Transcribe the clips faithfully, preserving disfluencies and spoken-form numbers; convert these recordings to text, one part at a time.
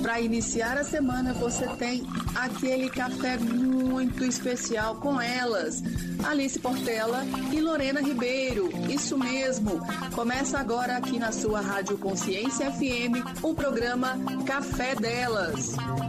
Para iniciar a semana, você tem aquele café muito especial com elas, Alice Portela e Lorena Ribeiro. Isso mesmo. Começa agora aqui na sua Rádio Consciência F M o programa Café Delas.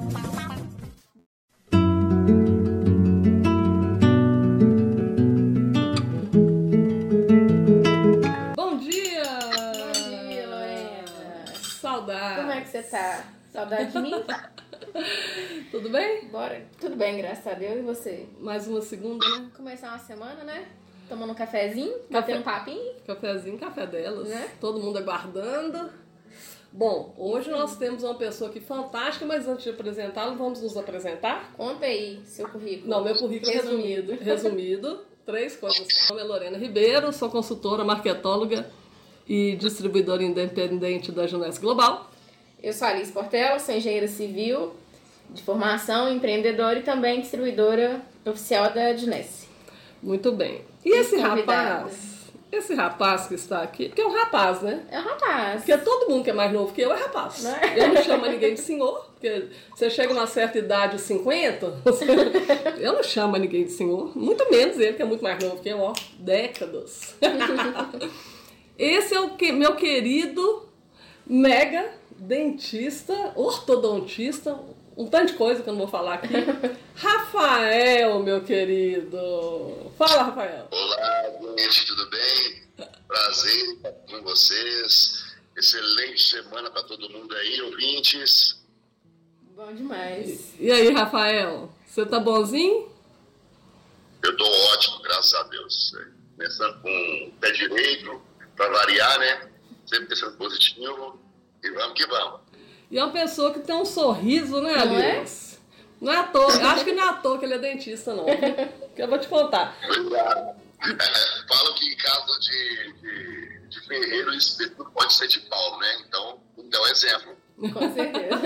Bom dia! Bom dia, Lorena. Saudade. Como é que você tá? Saudade de mim? Tudo bem? Bora. Tudo bem, graças a Deus. E você? Mais uma segunda, né? Começar uma semana, né? Tomando um cafezinho, Café. batendo um papinho. Cafezinho, café delas. Né? Todo mundo aguardando. Bom, hoje nós temos uma pessoa aqui fantástica, mas antes de apresentá-lo, vamos nos apresentar? Conta aí seu currículo. Não, meu currículo é Resumido. resumido. Resumido. Três coisas. Meu nome é Lorena Ribeiro, sou consultora, marketóloga e distribuidora independente da Juness Global. Eu sou Alice Portela, sou engenheira civil de formação, empreendedora e também distribuidora oficial da Juness. Muito bem. E esse Convidada. rapaz, esse rapaz que está aqui, porque é um rapaz, né? É um rapaz. Porque todo mundo que é mais novo que eu é rapaz. Não é? Eu não chamo ninguém de senhor, porque você chega numa certa idade, cinquenta, você- eu não chamo ninguém de senhor, muito menos ele que é muito mais novo que eu, ó, décadas. Esse é o que, meu querido mega dentista, ortodontista, um tanto de coisa que eu não vou falar aqui. Rafael, meu querido. Fala, Rafael. Olá, gente, tudo bem? Prazer estar com vocês. Excelente semana para todo mundo aí, ouvintes. Bom demais. E aí, Rafael? Você tá bonzinho? Eu tô ótimo, graças a Deus. Começando com o pé direito, para variar, né? Sempre pensando positivo. E vamos que vamos. E é uma pessoa que tem um sorriso, né, Não é? Alice? Não é à toa. Eu acho que não é à toa que ele é dentista, não. Que eu vou te contar. Obrigado. Falam que em caso de, de, de ferreiro, o espírito não pode ser de pau, né? Então, então é um exemplo. Com certeza.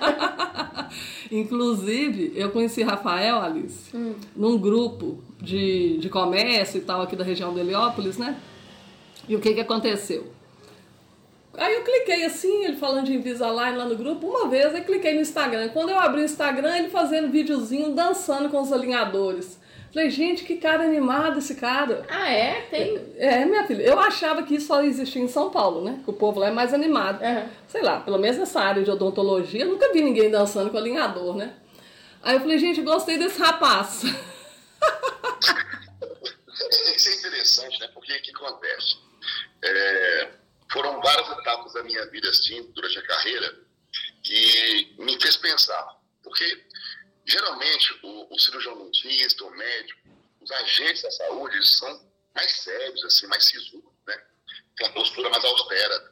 Inclusive, eu conheci Rafael, Alice, Hum. num grupo de, de comércio e tal aqui da região de Heliópolis, né? E o que que aconteceu? Aí eu cliquei assim, ele falando de Invisalign lá no grupo, uma vez eu cliquei no Instagram. Quando eu abri o Instagram, ele fazendo videozinho, dançando com os alinhadores. Falei, gente, que cara animado esse cara. Ah, é? Tem? É, minha filha, eu achava que isso só existia em São Paulo, né? Que o povo lá é mais animado. Aham. Sei lá, pelo menos nessa área de odontologia, eu nunca vi ninguém dançando com alinhador, né? Aí eu falei, gente, gostei desse rapaz. Isso é interessante, né? Porque o que acontece? É, foram várias etapas da minha vida, assim, durante a carreira, que me fez pensar. Porque, geralmente, o, o cirurgião dentista, o médico, os agentes da saúde, eles são mais sérios, assim, mais sisudos, né? Com uma postura mais austera.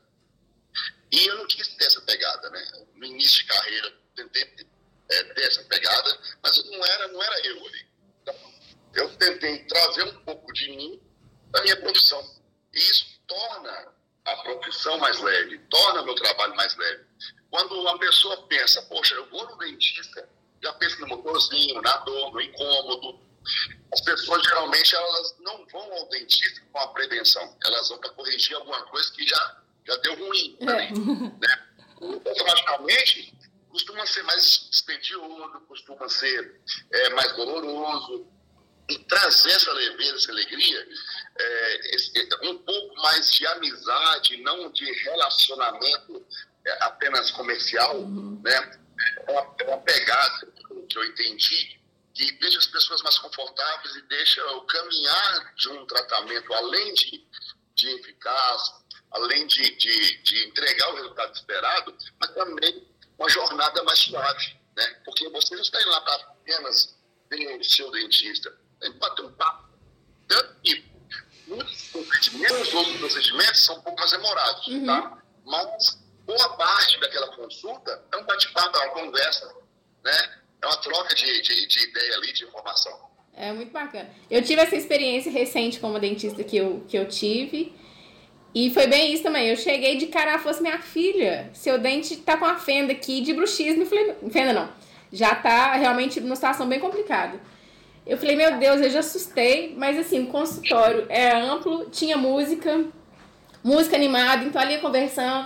E eu não quis ter essa pegada, né? No início de carreira, tentei é, ter essa pegada, mas não era, não era eu ali. Então, eu tentei trazer um pouco de mim da minha profissão. E isso torna a profissão mais leve, torna meu trabalho mais leve. Quando uma pessoa pensa, poxa, eu vou no dentista, já pensa no motorzinho, na dor, no incômodo. As pessoas, geralmente, elas não vão ao dentista com a prevenção. Elas vão para corrigir alguma coisa que já, já deu ruim também, né? Automaticamente, costuma ser mais dispendioso, costuma ser é, mais doloroso. E trazer essa leveza, essa alegria, é, esse, um pouco mais de amizade, não de relacionamento é, apenas comercial, Uhum. né? É uma, é uma pegada que eu entendi que deixa as pessoas mais confortáveis e deixa o caminhar de um tratamento, além de, de eficaz, além de, de, de entregar o resultado esperado, mas também uma jornada mais suave, né? Porque você não está indo lá para apenas ver o seu dentista, tem que bater um papo. Tanto que muitos procedimentos, outros procedimentos são um pouco mais demorados, Uhum. tá? Mas boa parte daquela consulta é um bate-papo, é uma conversa, né? É uma troca de, de, de ideia ali, de informação. É muito bacana. Eu tive essa experiência recente como dentista que eu, que eu tive. E foi bem isso também. Eu cheguei de cara, ela falou assim, minha filha, seu dente tá com uma fenda aqui de bruxismo. Eu falei, fenda não. Já tá realmente numa situação bem complicada. Eu falei, meu Deus, eu já assustei. Mas assim, o consultório é amplo, tinha música, música animada, então ali conversando.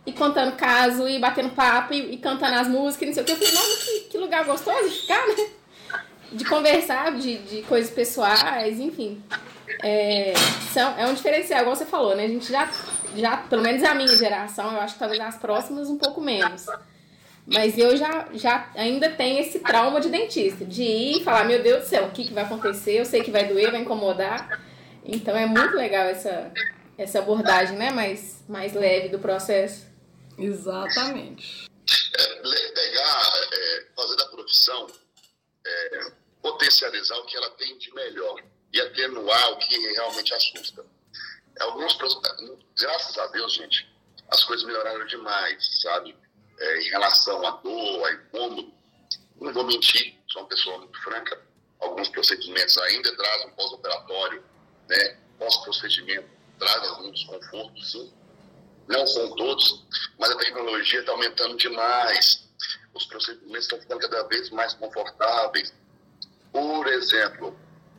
e contando caso, e batendo papo, e, e cantando as músicas, não sei o que. Eu falei, nossa, que, que lugar gostoso de ficar, né? De conversar, de, de coisas pessoais, enfim. É, são, é um diferencial, igual você falou, né? A gente já, já, pelo menos a minha geração, eu acho que talvez as próximas um pouco menos. Mas eu já, já ainda tenho esse trauma de dentista, de ir e falar, meu Deus do céu, o que, que vai acontecer? Eu sei que vai doer, vai incomodar. Então é muito legal essa, essa abordagem, né? mais, mais leve do processo. Exatamente. É, pegar, é, fazer da profissão, é, potencializar o que ela tem de melhor e atenuar o que realmente assusta. Alguns, graças a Deus, gente, as coisas melhoraram demais, sabe? É, em relação à dor, a incômodo, não vou mentir, sou uma pessoa muito franca, alguns procedimentos ainda trazem um pós-operatório, né? Pós-procedimento trazem algum desconforto, sim, não são todos, mas a tecnologia está aumentando demais, os procedimentos estão ficando cada vez mais confortáveis. Por exemplo,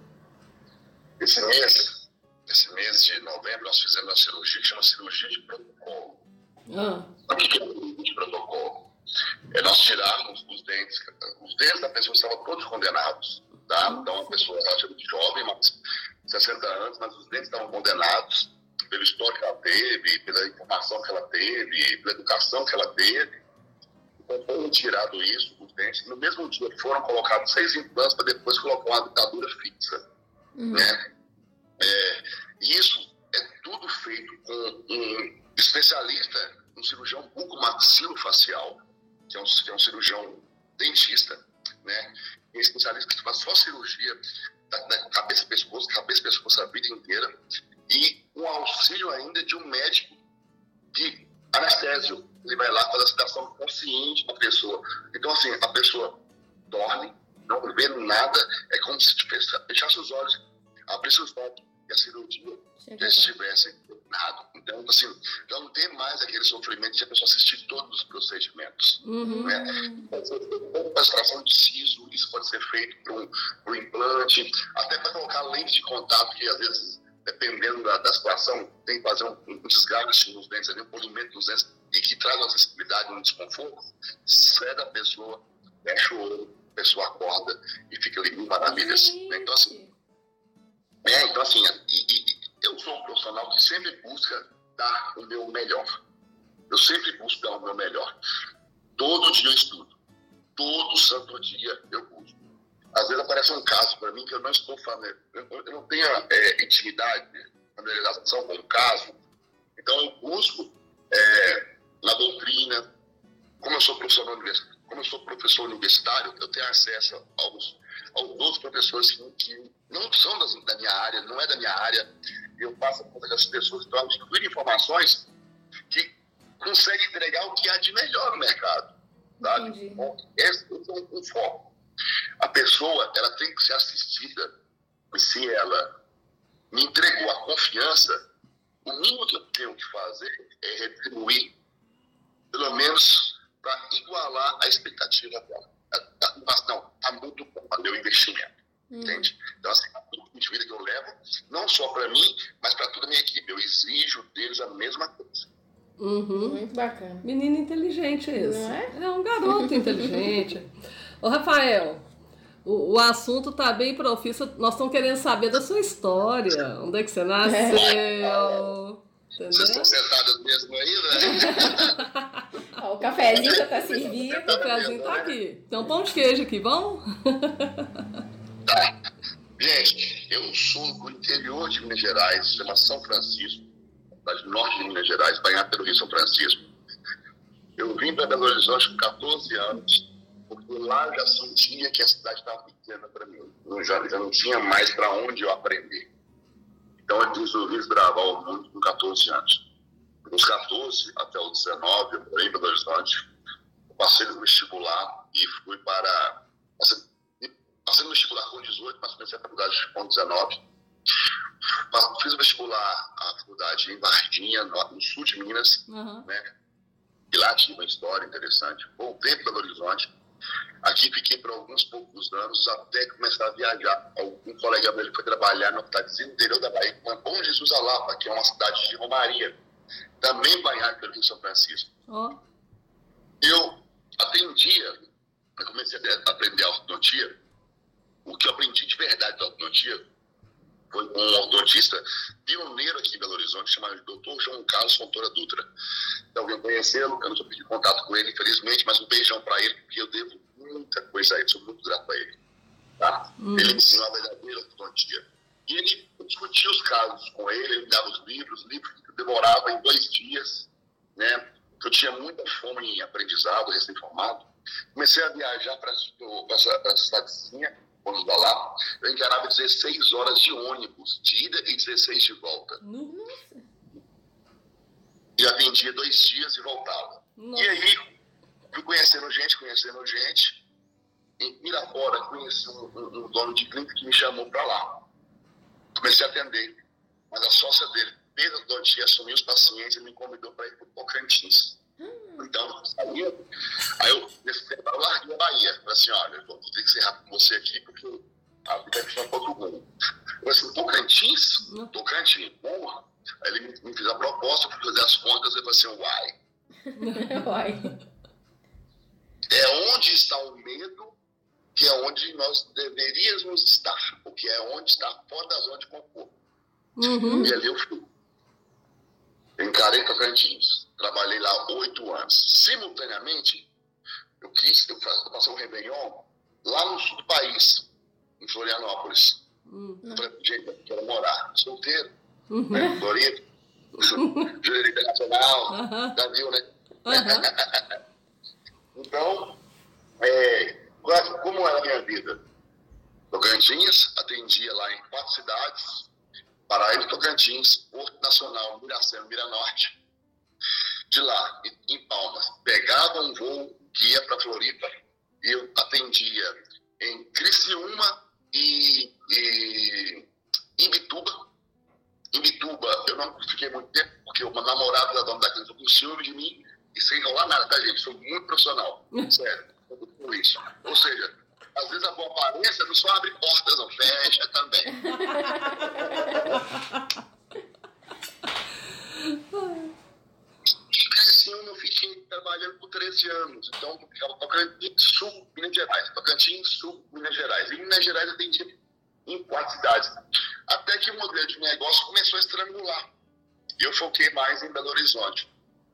esse mês, esse mês de novembro, nós fizemos uma cirurgia que chama cirurgia de protocolo. Ah. O que é o de protocolo? É nós tirarmos os dentes, os dentes da pessoa estavam todos condenados, tá? Então, uma pessoa relativamente jovem, mas sessenta anos, mas os dentes estavam condenados pelo histórico que ela teve, pela informação que ela teve, pela educação que ela teve. Então, foi retirado isso, os dentes. No mesmo dia, foram colocados seis implantes para depois colocar uma dentadura fixa, uhum. né? É, isso é tudo feito com um especialista, um cirurgião bucomaxilofacial, que é um, que é um cirurgião dentista, né? Um especialista que faz só cirurgia da, da cabeça e pescoço, cabeça e pescoço a vida inteira, e um auxílio ainda de um médico de anestésio. Ele vai lá fazer a sedação consciente da pessoa. Então, assim, a pessoa dorme, não vê nada, é como se fechasse os olhos, abrisse os olhos e a cirurgia já estivesse terminado. Então, assim, já não tem mais aquele sofrimento de a pessoa assistir todos os procedimentos. Uhum. Né? A extração de siso, isso pode ser feito para um, um implante, até para colocar lente de contato, que às vezes, dependendo da, da situação, tem que fazer um, um desgaste nos dentes, ali, um polimento nos dentes, e que traz uma sensibilidade, um desconforto, cede a pessoa, fecha o olho, a pessoa acorda e fica ali mil maravilhas. Né? Então, assim, é, então, assim e, e, eu sou um profissional que sempre busca dar o meu melhor. Eu sempre busco dar o meu melhor. Todo dia eu estudo. Todo santo dia eu busco. Às vezes aparece um caso para mim que eu não estou falando, eu, eu não tenho é, intimidade, familiarização com o caso. Então eu busco é, na doutrina, como eu sou professor universitário, como eu sou professor universitário, eu tenho acesso aos, aos outros professores que, que não são das, da minha área, não é da minha área. Eu passo por conta das pessoas que estão adquirindo informações que conseguem entregar o que há de melhor no mercado. Sabe? Bom, esse é um, um foco. A pessoa, ela tem que ser assistida, e se ela me entregou a confiança, o mínimo que eu tenho que fazer é retribuir, pelo menos para igualar a expectativa dela. Mas não, está muito bom o meu investimento. Hum. Entende? Então, assim, a de vida que eu levo, não só para mim, mas para toda a minha equipe. Eu exijo deles a mesma coisa. Uhum. Muito bacana. Menino inteligente esse. Não é? É um garoto inteligente. Ô, Rafael, o, o assunto tá bem profício. Nós estamos querendo saber da sua história. Onde é que você nasceu? É. Vocês estão sentadas mesmo aí, né? Ó, o cafezinho já tá servido. O cafezinho tá aqui. Tem um pão de queijo aqui, vamos? Tá. Gente, eu sou do interior de Minas Gerais, chama São Francisco, cidade norte de Minas Gerais, banhado pelo Rio São Francisco. Eu vim para Belo Horizonte com catorze anos, porque lá eu já sentia que a cidade estava pequena para mim. Eu já, já não tinha mais para onde eu aprender. Então eu resolvi desbravar o mundo com catorze anos. Dos catorze até os dezenove, eu morei em Belo Horizonte, eu passei no vestibular e fui para... Passei no vestibular com dezoito, mas comecei a faculdade com dezenove. Fiz o vestibular, a faculdade em Varginha, no sul de Minas, uhum. né? E lá tive uma história interessante. Voltei para Belo Horizonte. Aqui fiquei por alguns poucos anos até começar a viajar. Um colega meu foi trabalhar na cidadezinha interior da Bahia, com Bom Jesus Alapa, que é uma cidade de Romaria. também banhado pelo Rio São Francisco. Oh. Eu atendia, eu comecei a aprender a ortodontia. O que eu aprendi de verdade da ortodontia foi um ortodontista pioneiro aqui em Belo Horizonte, chamado doutor João Carlos Fontoura Dutra. Se alguém conhecê-lo, eu não sou pedido contato com ele, infelizmente, mas um beijão para ele, porque eu devo muita coisa a ele, sou muito grato a ele. Tá? Hum. Ele me ensinou a verdadeira ortodontia. E ele discutia os casos com ele, ele me dava os livros, livros que demorava em dois dias, né? Eu tinha muita fome em aprendizado, recém-formado. Comecei a viajar para essa cidadezinha, quando eu lá, eu encarava dezesseis horas de ônibus, de ida e dezesseis de volta. Nossa. E atendia dois dias e voltava. Nossa. E aí, fui conhecendo gente, conhecendo gente. Em Pirapora, conheci um, um, um dono de clínica que me chamou para lá. Comecei a atender, mas a sócia dele, Pedro Donti, assumiu os pacientes e me convidou para ir para o Tocantins. Hum. Então, eu saía. Aí eu, nesse tempo, eu larguei a Bahia. Falei assim: olha, eu vou ter que ser rápido com você aqui, porque a vida aqui é todo mundo. Eu falei assim: Tocantins? Hum. Tocantins, porra. Aí ele me, me fez a proposta, fui fazer as contas e eu falei assim: uai. Uai. É onde está o medo, que é onde nós deveríamos estar, porque é onde está fora da zona de conforto. Uhum. E ali eu fui. Encarei Tocantins. Trabalhei lá oito anos. Simultaneamente, eu quis, eu passei um Réveillon lá no sul do país, em Florianópolis. Uhum. Eu falei, gente, eu quero morar solteiro, uhum. né? Florido, Júri Internacional, uhum. Já viu, né? Uhum. Então, é, como era a minha vida? Tocantins, atendia lá em quatro cidades: Paraíba, Tocantins, Porto Nacional, Miracema, Miranorte. De lá, em Palmas, pegava um voo que ia para Floripa e eu atendia em Criciúma e, e Imbituba. Imbituba, eu não fiquei muito tempo, porque uma namorada da dona da clínica com ciúme de mim e sem enrolar nada, tá, gente? Sou muito profissional, sério, com isso. Ou seja, às vezes a boa aparência não só abre portas, não fecha também. Criciúma, eu fiquei trabalhando por treze anos. Então, eu ficava Tocantins, Sul, Minas Gerais. Tocantins, Sul, Minas Gerais. E em Minas Gerais eu atendia em quatro cidades. Até que o modelo de negócio começou a estrangular. E eu foquei mais em Belo Horizonte.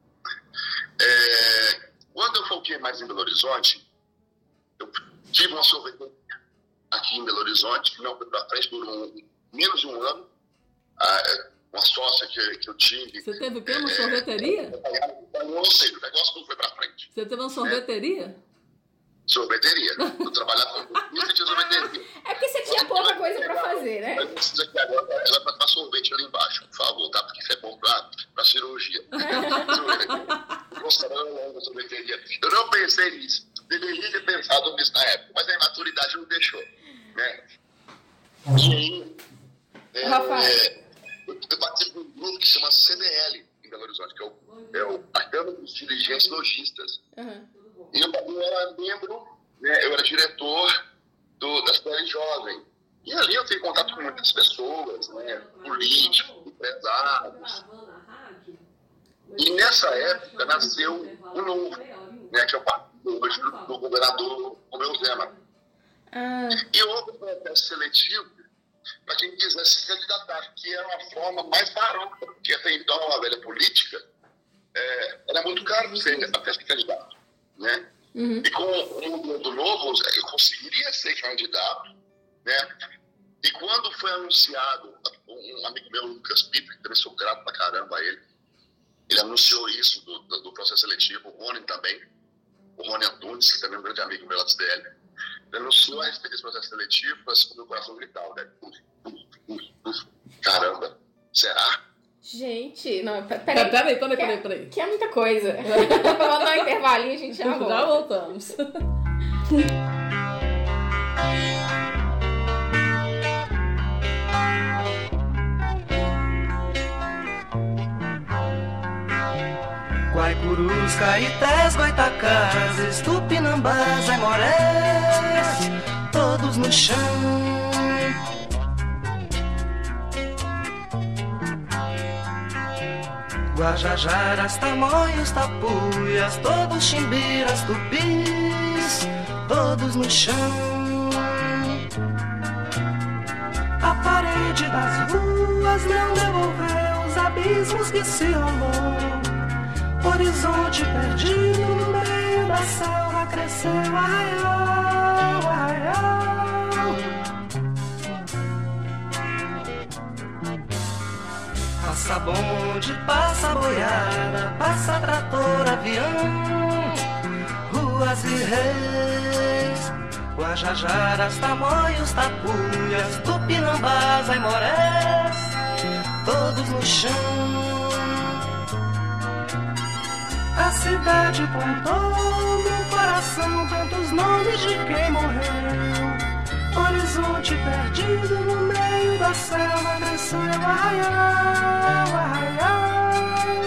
É, quando eu foquei mais em Belo Horizonte, eu tive uma sorveteria aqui em Belo Horizonte, que não foi para frente por um, menos de um ano. Ah, uma sócia que, que eu tive. Você teve o quê? Uma é, sorveteria? Eu não sei, o negócio não foi para frente. Você teve uma sorveteria? É. Sorveteria. Eu trabalhava com isso, tinha sorveteria. É porque você tinha pouca coisa para fazer, né? Mas precisa aqui agora, ela vai passar sorvete ali embaixo, por favor, tá? Porque isso é bom para cirurgia. Mostrando a sorveteria. Eu não pensei nisso. Deveria ter pensado nisso na época, mas a imaturidade não deixou, né? E aí, é, é, eu, eu participo de um grupo que se chama C D L em Belo Horizonte, que é o, é o a Câmara dos Dirigentes Logistas. Uhum. E eu, eu era membro, né, eu era diretor do, da C D L Jovem. E ali eu tenho contato com muitas pessoas, né, políticos, empresários. E nessa época nasceu o Novo, né, que é o partido hoje do, do governador Romeu Zema. Ah. E houve um processo seletivo para quem quisesse se candidatar, que era uma forma mais barata, porque até então a velha política é, era muito caro você até ser candidato, né? Uhum. E com o movimento novo eu conseguiria ser candidato, né? E quando foi anunciado, um amigo meu, Lucas Piper, que também sou grato pra caramba a ele, ele anunciou isso do, do, do processo seletivo, o Rony também, o Rony Antunes, que também é um grande amigo meu lá do C D L, ele anunciou a respeito desse processo seletivo, mas o meu coração gritava, né? Uf, uf, uf, uf. Caramba, será? Gente, não, peraí. Peraí, peraí, peraí, peraí. Que é muita coisa. Vamos dar um intervalinho, a gente já volta. Já voltamos. Guaicurus, Caetés, Goitacás, Tupinambás, Aimorés, todos no chão. Guajajaras, tamoios, tapuias, todos chimbiras, tupis, todos no chão. A parede das ruas não devolveu os abismos que se rolou. Horizonte perdido no meio da selva cresceu, arraial, arraial. Passa bonde, passa boiada, passa trator, avião, ruas e reis, Guajajaras, tamoios, tapuias, tupinambás, aimorés, todos no chão. A cidade plantou no coração tantos nomes de quem morreu. Horizonte perdido no meio da selva cresceu, arraial, arraial.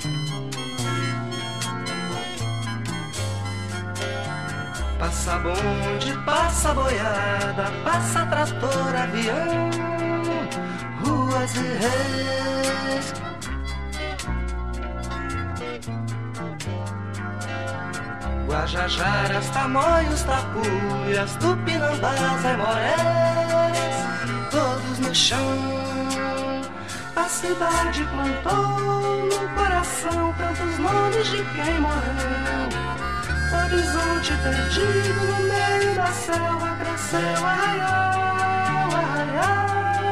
Passa bonde, passa boiada, passa trator, avião, ruas e reis. Guajajaras, tamoios, tapuias, tupinambás, aimorés, todos no chão. A cidade plantou no coração tantos nomes de quem morreu. Horizonte perdido no meio da selva cresceu, arraial, arraial.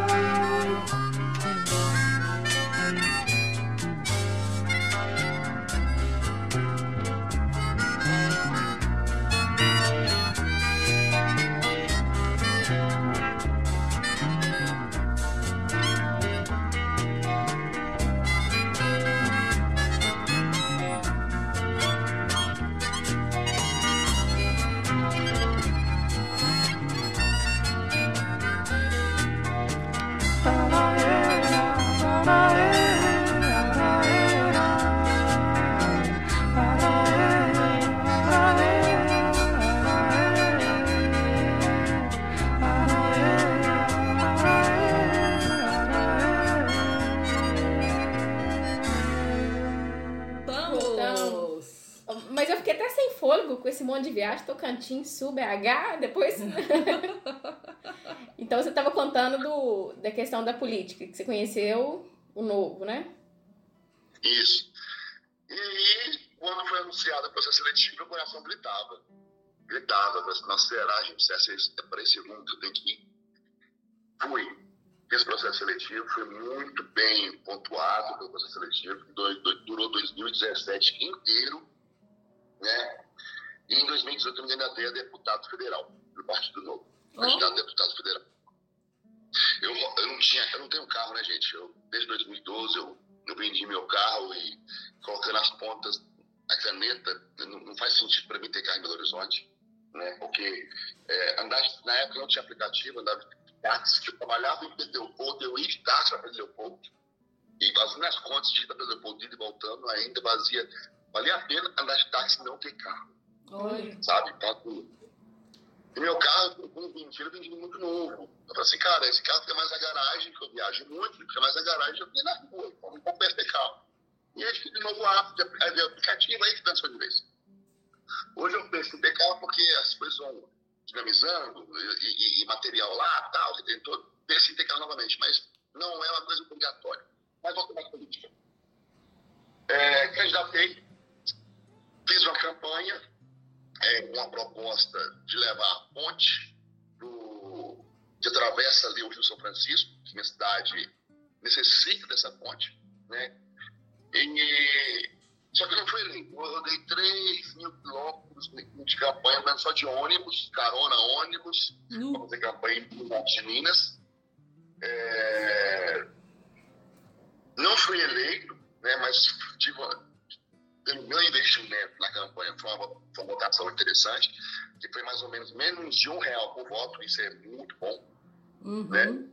Com esse monte de viagem, Tocantins, Sul, B H, depois... Então você estava contando do, da questão da política, que você conheceu o Novo, né? Isso. E aí, quando foi anunciado o processo seletivo, o coração gritava. Gritava, nossa, será, gente, se é para esse mundo que eu tenho que ir? Fui. Fiz processo seletivo, foi muito bem pontuado pelo processo seletivo, durou dois mil e dezessete inteiro, né? E em dois mil e dezoito eu me candidatei a deputado federal, do Partido Novo. Oh. Candidato a deputado federal. Eu, eu, não tinha, eu não tenho carro, né, gente? Eu, desde dois mil e doze eu, eu vendi meu carro e colocando as pontas na caneta, não, não faz sentido para mim ter carro em Belo Horizonte, né? Porque é, andar, na época não tinha aplicativo, andava de táxi, eu trabalhava em Pedro Leopoldo, eu ia de táxi para Pedro Leopoldo. E fazendo as contas de ir para Pedro Leopoldo, indo e voltando, ainda vazia. Valia a pena andar de táxi e não ter carro. Olha. Sabe? Então, e meu carro, com vinte, eu vendi muito novo. Eu falei assim, cara, esse carro fica mais na garagem, que eu viajo muito, fica mais na garagem, eu fiquei na rua, então não compensa ter carro. E aí fica de novo o hábito de aplicativo, aí que pensou de vez. Hoje eu penso em ter carro porque as coisas vão dinamizando, e, e, e material lá, tal, tem todo, penso em ter carro novamente, mas não é uma coisa obrigatória. Mas volto mais política. É, candidatei, fiz uma campanha, é, uma proposta de levar a ponte do, que atravessa ali o Rio São Francisco, que minha cidade necessita dessa ponte, né? E, só que eu não fui eleito. Eu rodei três mil quilômetros de campanha, andando só de ônibus, carona ônibus, uh. para fazer campanha em Minas. É, não fui eleito, né? Mas tive uma, o meu investimento na campanha foi uma, foi uma votação interessante, que foi mais ou menos menos de um real por voto, isso é muito bom. Uhum. Né?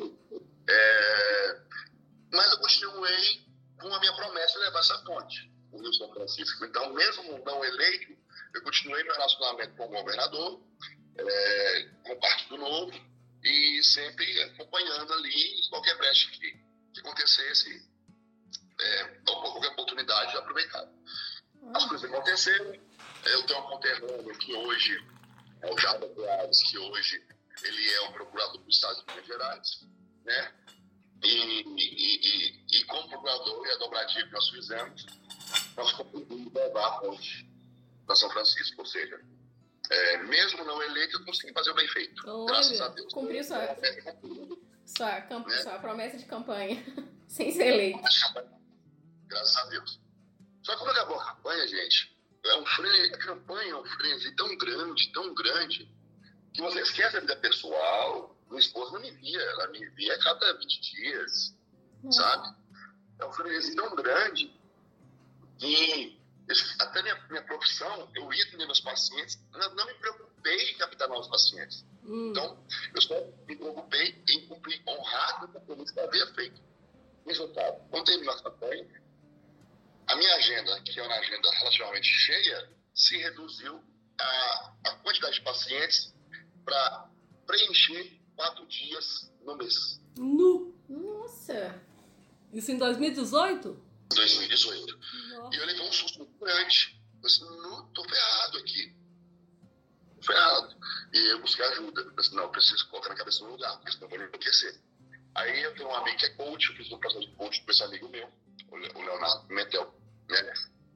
É, mas eu continuei com a minha promessa de levar essa ponte, o Rio São Francisco. Então, mesmo não eleito, eu continuei meu relacionamento com o governador, é, com o Partido Novo, e sempre acompanhando ali qualquer brecha que, que acontecesse, é, qualquer oportunidade aproveitada. As coisas aconteceram. Eu tenho um conterrâneo que hoje é o Jardim Goiás, que hoje ele é o procurador do Estado de Minas Gerais, né? E, e, e, e como procurador e a dobradinha que nós fizemos, nós conseguimos levar a ponte para São Francisco, ou seja, é, mesmo não eleito, eu consegui fazer o bem feito. Olha, graças a Deus. Cumpriu sua, É, sua, camp... né? sua promessa de campanha, sem ser eleito. Graças a Deus. Só que quando acabou a campanha, gente, é um fre... a campanha é um frenesi tão grande, tão grande, que você esquece a vida pessoal. Minha esposa não me via, ela me via a cada vinte dias, Nossa. sabe? É um frenesi tão grande que até minha, minha profissão, eu ia atender meus pacientes, não, não me preocupei em captar novos pacientes. Hum. Então, eu só me preocupei em cumprir honrado o compromisso que eu havia feito. Resultado, quando terminou a campanha, a minha agenda, que é uma agenda relativamente cheia, se reduziu a, a quantidade de pacientes para preencher quatro dias no mês. Nu. Nossa! Isso em dois mil e dezoito? dois mil e dezoito. Nossa. E eu levei um susto muito grande. Eu disse, não, tô ferrado aqui. Tô ferrado. E eu busquei ajuda. Eu disse, não, eu preciso colocar minha cabeça no lugar, porque senão eu vou enlouquecer. Aí eu tenho um amigo que é coach, eu fiz um processo de coach com esse amigo meu, o Leonardo Pimentel, né?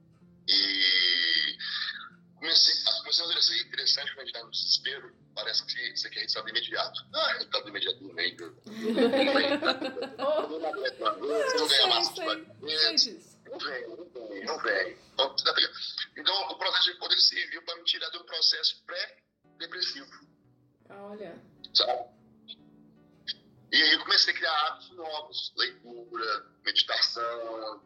E comecei, comecei a dizer assim, interessante quando a gente está no desespero, parece que você quer resultado imediato. Ah, resultado imediato não vem, viu? Não vem. Você não ganha massa de pacientes. Não vem, não vem, não vem. Então, o processo de poder serviu para me tirar de um processo pré-depressivo. Olha. Sabe? E aí eu comecei a criar hábitos novos, leitura, meditação.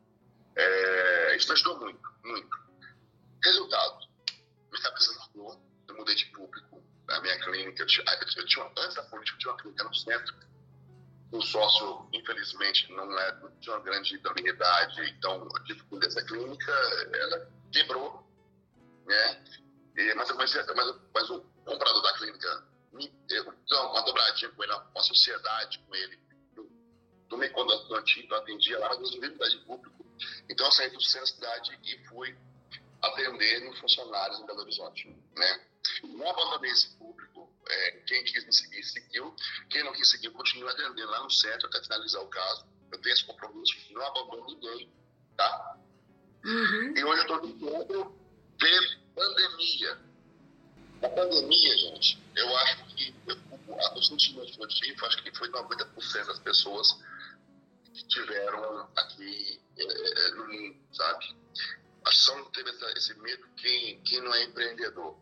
É, isso me ajudou muito, muito. Resultado, minha cabeça mudou, eu mudei de público. A minha clínica, eu tinha, eu tinha, antes da política, eu tinha uma clínica no centro. O sócio, infelizmente, não, é, não tinha uma grande idoneidade, então eu tive que cuidar dessa clínica, ela quebrou, né? E, mas, mas, mas, mas o comprador da clínica, eu fiz uma dobradinha com ele, uma sociedade com ele. Eu tomei conta do antigo, eu atendia lá, mas eu resolvi mudar de público. Então eu saí do centro da cidade e fui atender nos funcionários em Belo Horizonte, né? Não abandonei esse público, é, quem quis me seguir, seguiu. Quem não quis seguir, continua atendendo lá no centro até finalizar o caso. Eu tenho esse compromisso, não abandono ninguém, tá? Uhum. E hoje eu estou vivendo de pandemia. A pandemia, gente, eu acho que o sentimento que eu tive, acho que foi noventa por cento das pessoas que tiveram aqui é, no mundo, sabe? Acho que só não teve essa, esse medo quem, quem não é empreendedor.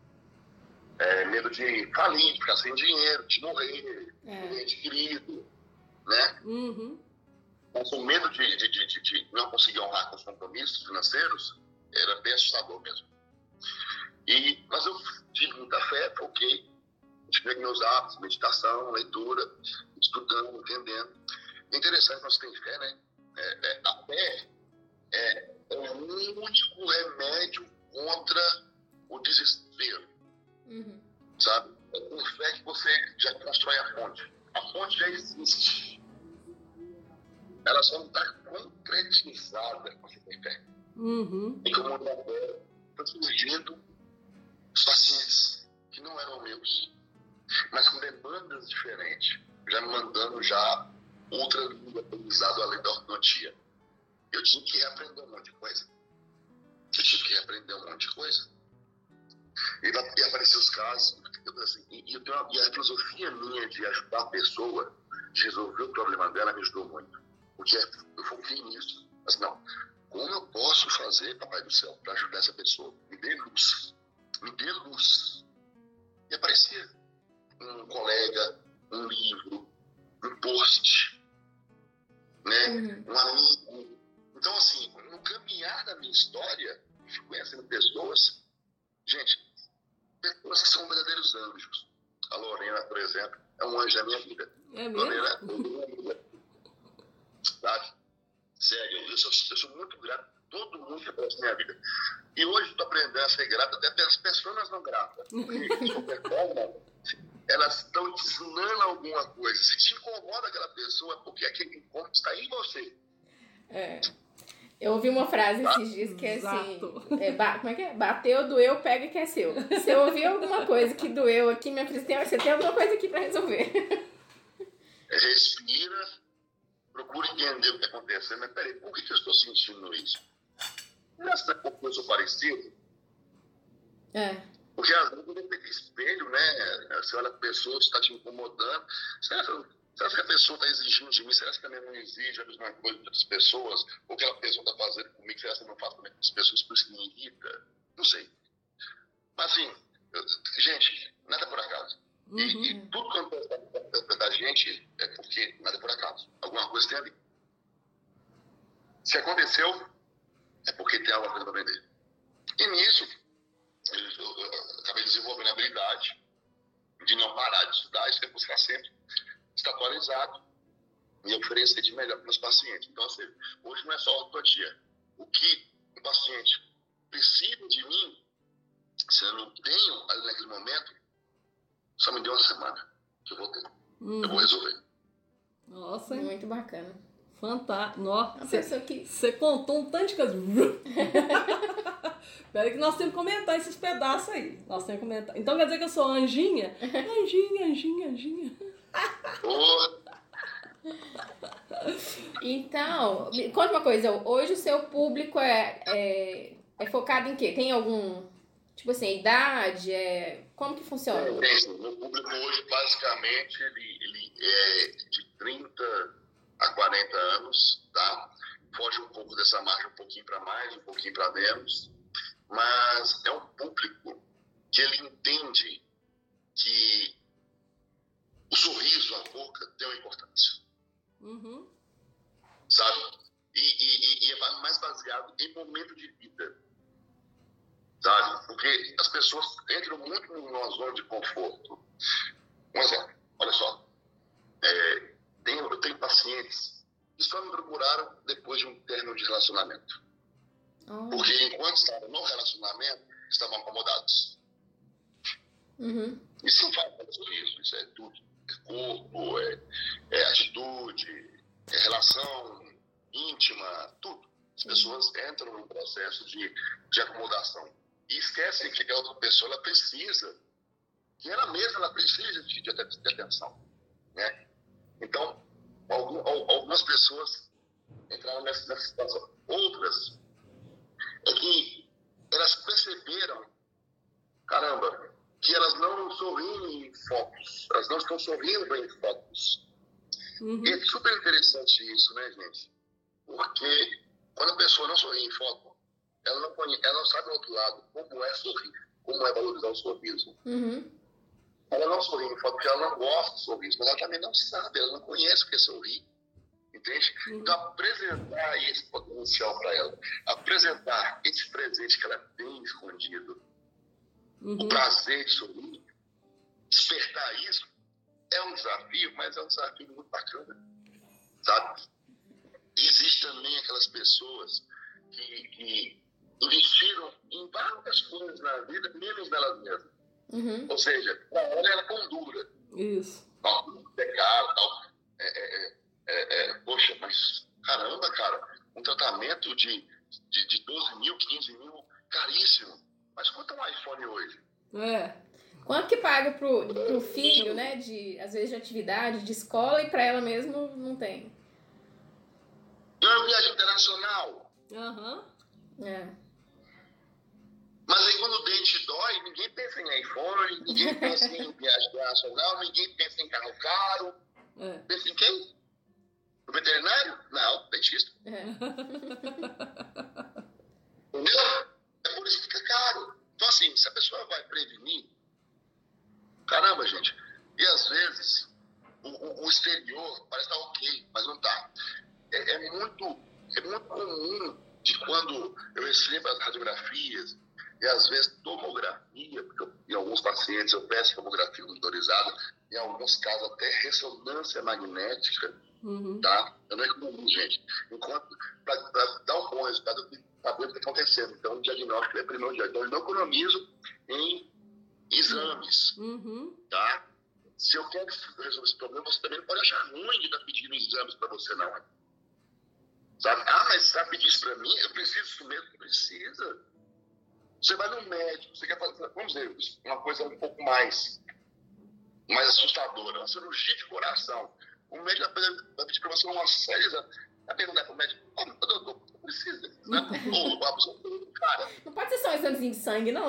É, medo de falir, de ficar sem dinheiro, de morrer, É. de ente querido, né? Uhum. Mas o medo de, de, de, de não conseguir honrar com os compromissos financeiros era bem assustador mesmo. E, mas eu tive muita fé, foquei, tive meus hábitos, meditação, leitura, estudando, entendendo. É interessante nós termos fé, né? É, é, a fé é, é o único remédio contra o desespero. Uhum. Sabe? É com fé que você já constrói a ponte. A ponte já existe. Ela só não está concretizada quando você tem fé. Uhum. E como minha fé foi surgindo os pacientes que não eram meus, mas com demandas diferentes, já me mandando já outra língua aprendizado além da ortodontia. Eu tive que reaprender um monte de coisa. Eu tive que reaprender um monte de coisa. E, e apareceram os casos, eu, assim, e, e, eu tenho uma, e a filosofia minha de ajudar a pessoa, de resolver o problema dela, me ajudou muito. Porque eu foquei nisso. Mas não, como eu posso fazer, Papai do Céu, para ajudar essa pessoa? Me dê luz. Me dê luz. E aparecia um colega, um livro, um post, né? Uhum. Um amigo. Então, assim, no caminhar da minha história, fui conhecendo pessoas. Gente, pessoas que são verdadeiros anjos. A Lorena, por exemplo, é um anjo da minha vida. É mesmo? Lorena é minha vida. Sabe? Sério, eu sou, eu sou muito grato a todo mundo que aparece na minha vida. E hoje estou aprendendo a ser grato até pelas pessoas não gratas. Porque, de qualquer forma, elas estão ensinando alguma coisa. Se te incomoda aquela pessoa, porque aquele incômodo está em você. É. Eu ouvi uma frase esses dias que é assim, Exato. é, ba- como é que é? Bateu, doeu, pega que é seu. Se eu ouvir alguma coisa que doeu aqui, minha filha, tem- você tem alguma coisa aqui pra resolver. Respira, procura entender o que está acontecendo. Mas peraí, por que que eu estou sentindo isso? Essa porque eu sou parecido? É. Porque às vezes eu tenho espelho, né? Você olha a pessoa que está te incomodando. Será, será que a pessoa está exigindo de mim? Será que também não exige a mesma coisa das pessoas? Ou que a pessoa está fazendo comigo? Será que eu não faço com as pessoas? Por isso que me irrita? Não sei. Mas assim, eu, gente, nada é por acaso. Uhum. E, e tudo que acontece da gente é porque nada é por acaso. Alguma coisa tem ali. Se aconteceu, é porque tem alguma coisa para aprender. E nisso, eu, eu, eu acabei desenvolvendo a habilidade de não parar de estudar e sempre buscar sempre estar atualizado e oferecer de melhor para os pacientes. Então, assim, hoje não é só ortopedia. O que o paciente precisa de mim, se eu não tenho ali naquele momento, só me deu uma semana que eu vou ter. Uhum. Eu vou resolver. Nossa, hein? Muito bacana. Fantástico. A Nossa, pessoa que... você contou um tanto de coisa. Espera que nós temos que comentar esses pedaços aí. Nós temos que comentar. Então quer dizer que eu sou anjinha? Anjinha, anjinha, anjinha. Oh, Então, me conta uma coisa. Hoje o seu público é, é, é focado em quê? Tem algum... Tipo assim, idade? É, como que funciona? Bem, o meu público hoje, basicamente, ele, ele é de trinta a quarenta anos, tá? Foge um pouco dessa margem, um pouquinho para mais, um pouquinho para menos, mas é um público que ele entende que o sorriso, a boca, tem uma importância, Uhum. sabe? E, e, e é mais baseado em momento de vida, sabe? Porque as pessoas entram muito numa zona de conforto. Um exemplo, olha só, é, tem, eu tenho pacientes que só me procuraram depois de um término de relacionamento. Oh. Porque enquanto estavam no relacionamento, estavam acomodados. Uhum. Isso não faz isso, isso é tudo. É corpo, é, é atitude, é relação íntima, tudo. As pessoas entram num processo de, de acomodação. E esquecem que a outra pessoa ela precisa, que ela mesma ela precisa de, de, de atenção. Né? Então, algum, algumas pessoas entraram nessa, nessa situação. Outras é que elas perceberam, caramba, que elas não sorriem em fotos, elas não estão sorrindo em fotos. Uhum. E é super interessante isso, né, gente? Porque quando a pessoa não sorri em foto, ela não, conhece, ela não sabe do outro lado como é sorrir, como é valorizar o sorriso. Uhum. Ela não sorri em foto porque ela não gosta do sorriso, mas ela também não sabe, ela não conhece o que é sorrir. Entende? Uhum. Então, apresentar esse potencial para ela, apresentar esse presente que ela tem escondido, Uhum. o prazer de sorrir, despertar isso, é um desafio, mas é um desafio muito bacana, sabe? Existem também aquelas pessoas que, que investiram em várias coisas na vida, menos nelas mesmas. Uhum. Ou seja, para ela, ela condura. Isso. Tal, é caro, tal. É, é, é, é, poxa, mas caramba, cara, um tratamento de, de, de doze mil, quinze mil, caríssimo. Mas quanto é um iPhone hoje? É. Quanto que paga pro, pro filho, né? De, às vezes de atividade, de escola, e pra ela mesmo não tem. É uma viagem internacional. Aham. É. Mas aí quando o dente dói, ninguém pensa em iPhone, ninguém pensa em viagem internacional, ninguém pensa em carro caro. É. Pensa em quem? O veterinário? Não, dentista. É. Entendeu? É por isso que fica caro. Então assim, se a pessoa vai prevenir, caramba, gente, e às vezes o, o, o exterior parece estar ok, mas não está. É, é, muito, é muito comum de quando eu recebo as radiografias e às vezes tomografia, porque eu, em alguns pacientes eu peço tomografia monitorizada, em alguns casos até ressonância magnética, Uhum. tá? Eu não é comum, gente. Enquanto, para dar um bom resultado, eu tenho que saber o que está acontecendo. Então, o diagnóstico é primordial. Então, eu não economizo em exames, Uhum. tá? Se eu quero resolver esse problema, você também não pode achar ruim de estar pedindo exames para você, não. Sabe? Ah, mas você vai pedir isso pra mim? Eu preciso disso mesmo? Precisa. Você vai no médico, você quer fazer, vamos dizer, uma coisa um pouco mais, mais assustadora, uma cirurgia de coração. O médico vai pedir pra você uma série, vai perguntar pro médico, oh, doutor, precisa, né? Ou a pessoa pergunta, cara. Não pode ser só um examezinho de sangue, não.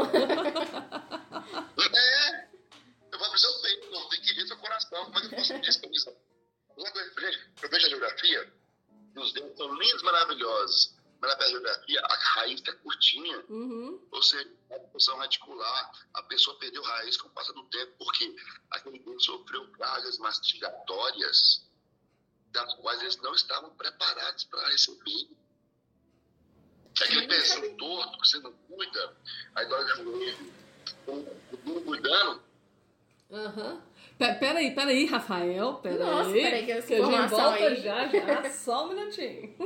É, eu vou precisar, eu tenho, eu tenho que ver seu coração, como é que eu posso pedir isso pra mim? Gente, eu vejo a geografia, e os dedos são lindos, maravilhosos. Mas na geografia, a raiz está curtinha. Uhum. Ou seja, a função radicular, a pessoa perdeu raiz com o passar do tempo, porque aquele dedo sofreu cargas mastigatórias das quais eles não estavam preparados para receber. Aquele pezinho torto que você não cuida, aí dói o joelho, não cuidando. Aham. Uhum. Peraí, peraí, Rafael, peraí. Nossa, peraí, que essa que a gente informação volta aí. já, já, só um minutinho.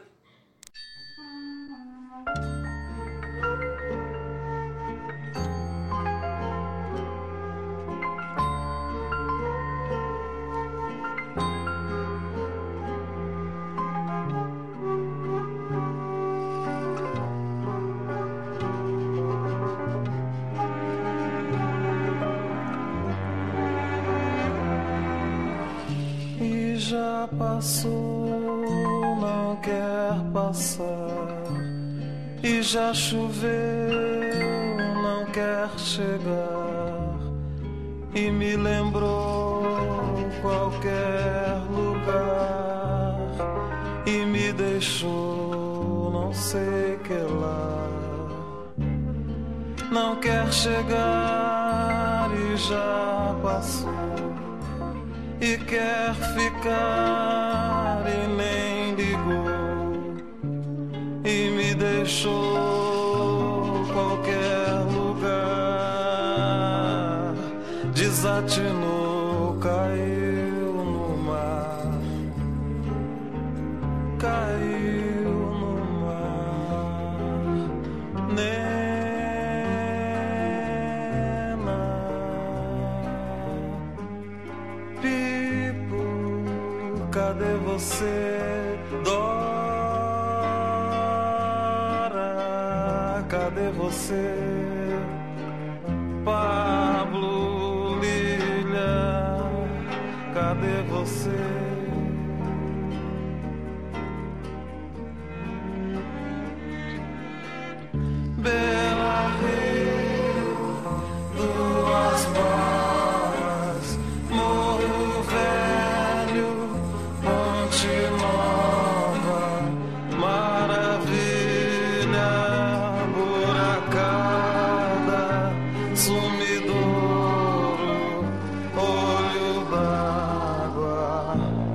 Já passou, não quer passar. E já choveu, não quer chegar. E me lembrou qualquer lugar. E me deixou, não sei que lá. Não quer chegar e já passou. E quer ficar e nem ligou. E me deixou qualquer lugar. Desatinou, caiu no mar. Caiu no mar. Nena, cadê você, Dora? Cadê você, Pablo, Lília? Cadê você? Bela Rio, duas barras, Morro Velho, Ponte Nova, Maravilha, Buracada, Sumidouro, Olho d'Água.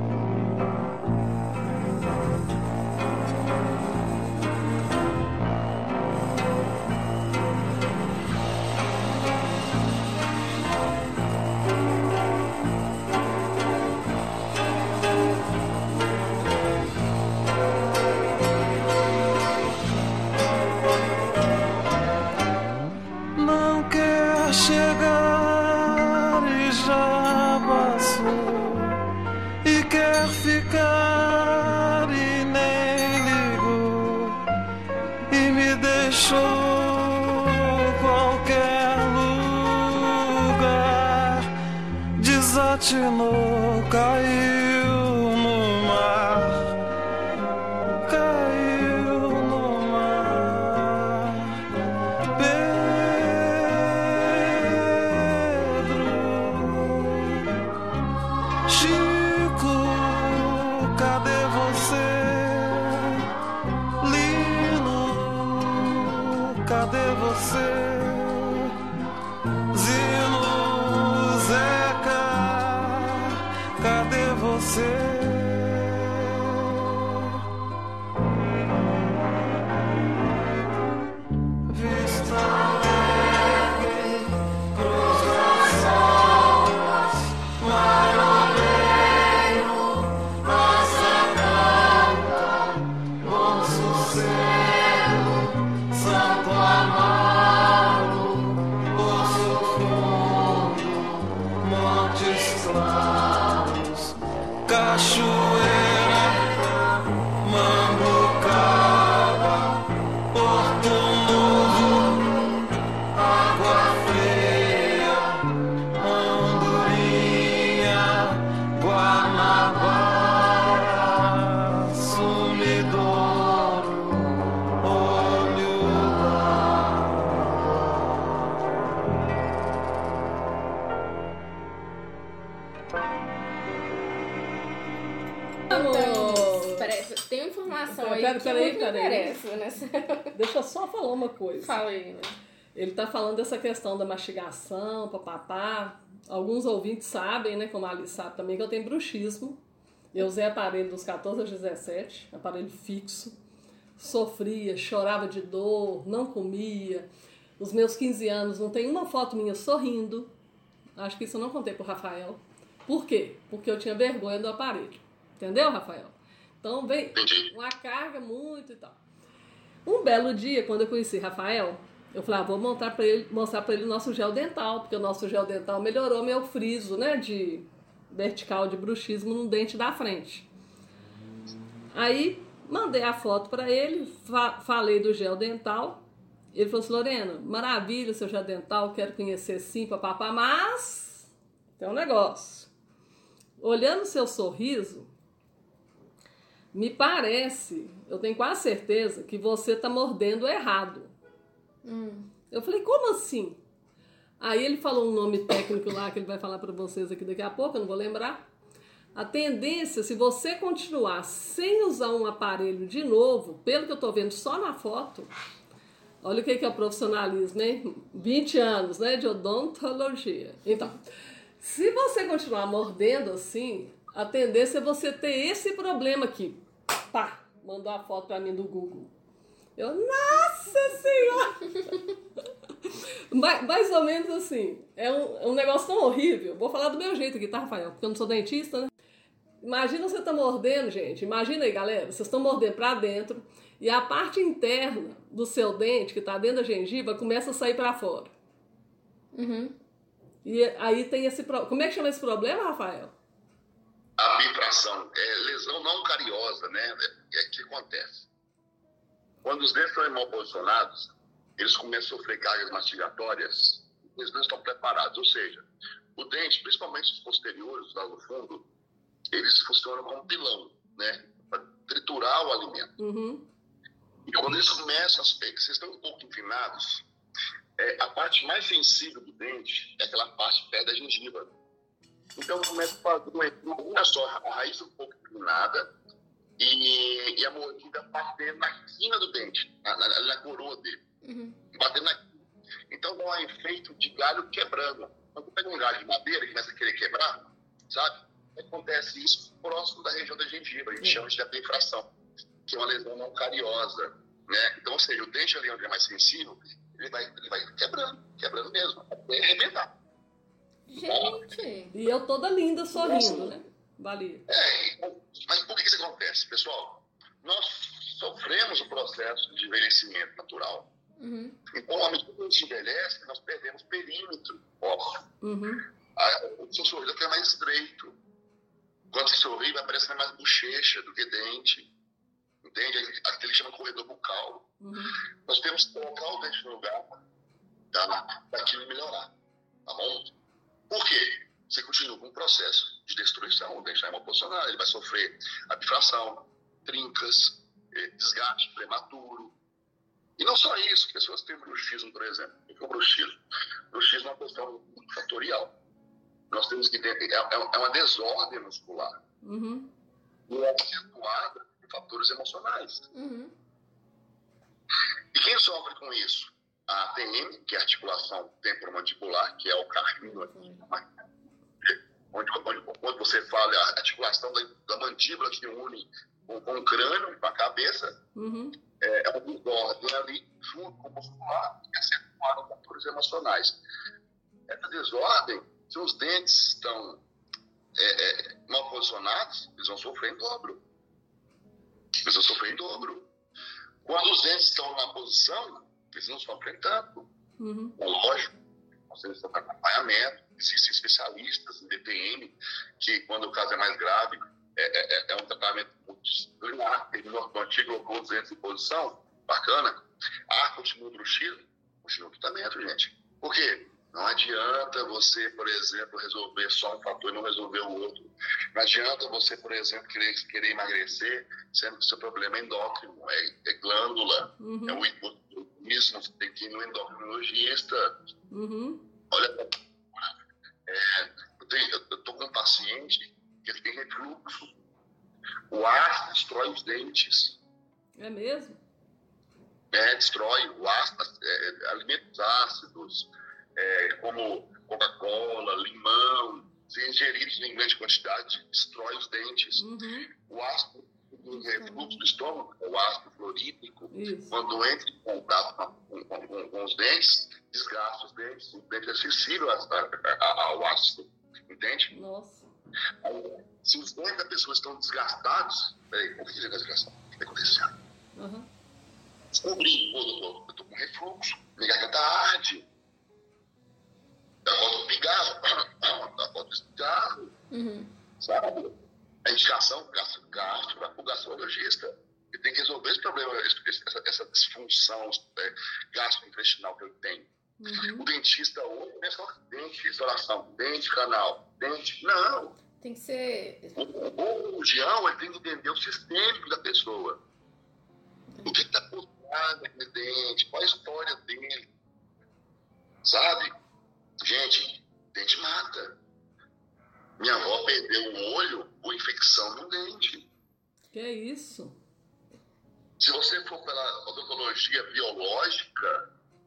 Não quer chegar e já passou. E quer ficar e nem ligou. E me deixou qualquer lugar. Desatinou, caiu no mar. Caiu no mar. Pedro, Chico, cadê você? Lino, cadê você? Zino, Zeca, cadê você? Vista Alegre, Cruz das Almas, Maroneiro, Nossa Canta, Bom Sossego, Santo Amaro. pera, que pera aí, muito pera me aí. interessa nessa... Deixa eu só falar uma coisa. Fala aí, né? Ele tá falando dessa questão da mastigação, papapá. Alguns ouvintes sabem, né, como a Alice sabe também, que eu tenho bruxismo. Eu usei aparelho dos catorze aos dezessete, aparelho fixo. Sofria, chorava de dor, não comia. Os meus quinze anos não tem uma foto minha sorrindo. Acho que isso eu não contei pro Rafael. Por quê? Porque eu tinha vergonha do aparelho. Entendeu, Rafael? Então vem uma carga muito e tal. Um belo dia, quando eu conheci Rafael, eu falei, ah, vou mostrar pra ele, mostrar pra ele o nosso gel dental, porque o nosso gel dental melhorou meu friso, né, de vertical de bruxismo no dente da frente. Aí, mandei a foto pra ele, fa- falei do gel dental. Ele falou assim, Lorena, maravilha seu gel dental, quero conhecer sim, papapá, mas tem um negócio. Olhando o seu sorriso, me parece, eu tenho quase certeza, que você tá mordendo errado. Hum. Eu falei, como assim? Aí ele falou um nome técnico lá que ele vai falar para vocês aqui daqui a pouco, eu não vou lembrar. A tendência, se você continuar sem usar um aparelho de novo, pelo que eu tô vendo só na foto, olha o que que é o profissionalismo, hein? vinte anos, né, de odontologia. Então, se você continuar mordendo assim, a tendência é você ter esse problema aqui. Pá, mandou a foto para mim do Google. Eu, nossa senhora! mais, mais ou menos assim. É um, é um negócio tão horrível. Vou falar do meu jeito aqui, tá, Rafael? Porque eu não sou dentista, né? Imagina você tá mordendo, gente. Imagina aí, galera. Vocês estão mordendo pra dentro e a parte interna do seu dente, que tá dentro da gengiva, começa a sair pra fora. Uhum. E aí tem esse... Pro... Como é que chama esse problema, Rafael? A bifração. É lesão não cariosa, né? É o que acontece. Quando os dentes estão mal posicionados, eles começam a sofrer cargas mastigatórias, eles não estão preparados. Ou seja, o dente, principalmente os posteriores, lá no fundo, eles funcionam como pilão, né? Para triturar o alimento. Uhum. E quando eles começam a... Vocês estão um pouco inclinados, é, a parte mais sensível do dente é aquela parte perto da gengiva. Então começa a fazer uma, uma só, a raiz um pouco inclinada, E, e a mordida batendo na quina do dente, na, na, na coroa dele. Uhum. Batendo na quina. Então dá um efeito de galho quebrando. Quando pega um galho de madeira e começa a querer quebrar, sabe? Acontece isso próximo da região da gengiva. A gente chama de bifração, que é uma lesão não cariosa. Né? Então, ou seja, o dente ali onde é mais sensível, ele vai, ele vai quebrando, quebrando mesmo, até arrebentar. Gente! E eu toda linda, sorrindo, né? Valia. É, mas por que isso acontece, pessoal? Nós sofremos o processo de envelhecimento natural. Uhum. Então, à medida que a gente envelhece, nós perdemos perímetro ósseo. Uhum. O seu sorriso fica mais estreito. Quando você sorri, vai parecendo mais bochecha do que dente. Entende? Aquilo que chama corredor bucal. Uhum. Nós temos que colocar o dente no lugar, tá? Para aquilo melhorar. Tá bom? Por quê? Você continua com um processo de destruição, o dente vai mal posicionado, ele vai sofrer a bifração, trincas, desgaste prematuro. E não só isso, pessoas têm bruxismo, por exemplo. O que é o bruxismo? Bruxismo é uma questão fatorial. Nós temos que entender, é, é uma desordem muscular. Uhum. E é acentuada por fatores emocionais. Uhum. E quem sofre com isso? A A T M, que é a articulação temporomandibular, que é o carpino, onde, onde, onde você fala a articulação da, da mandíbula que une com, com o crânio, com a cabeça, Uhum. é, é uma desordem ali, junto com o muscular, e acentuada com fatores emocionais. Essa desordem, se os dentes estão é, é, mal posicionados, eles vão sofrer em dobro. Eles vão sofrer em dobro. Quando os dentes estão na posição, eles não sofrem tanto. Uhum. É lógico, nós temos acompanhamento, existem especialistas em D T M, que quando o caso é mais grave, é, é, é um tratamento multidisciplinar, ele no antigo colocou os dentes em posição, bacana. Ah, continua o bruxismo? Continua o tratamento, gente. Por quê? Não adianta você, por exemplo, resolver só um fator e não resolver o outro. Não adianta você, por exemplo, querer, querer emagrecer, sendo que o seu problema é endócrino, é, é glândula, Uhum. é o hipotiroidismo, você tem que ir no endocrinologista. Uhum. Olha, é, eu estou com um paciente que ele tem refluxo. O ácido destrói os dentes. É mesmo? É, destrói o ácido, é, alimentos ácidos, é, como Coca-Cola, limão, se ingeridos em grande quantidade, destrói os dentes. Uhum. O ácido do refluxo do estômago, o ácido fluorídrico, Isso. quando entra em contato com, com, com, com os dentes, desgasta os dentes, o dente é sensível a, a, a, ao ácido, entende? Nossa. Aí, se os dentes da pessoa estão desgastados, peraí, o que é desgastado? O que está acontecendo? Uhum. Descobri, pô, doutor, eu estou com refluxo, minha garganta arde, dá volta do pigarro, dá volta do cigarro, Uhum. sabe? A indicação, gasto, gasto para o gastroenterologista. Ele tem que resolver esse problema, essa, essa disfunção é, gastrointestinal que ele tem. Uhum. O dentista hoje não é só dente, restauração, dente, canal, dente, não. Tem que ser... O, o cirurgião ele tem que entender o sistêmico da pessoa. O que está por trás daquele dente, qual a história dele, sabe? Gente, dente mata. Minha avó perdeu um olho por infecção no dente. Que é isso? Se você for pela odontologia biológica,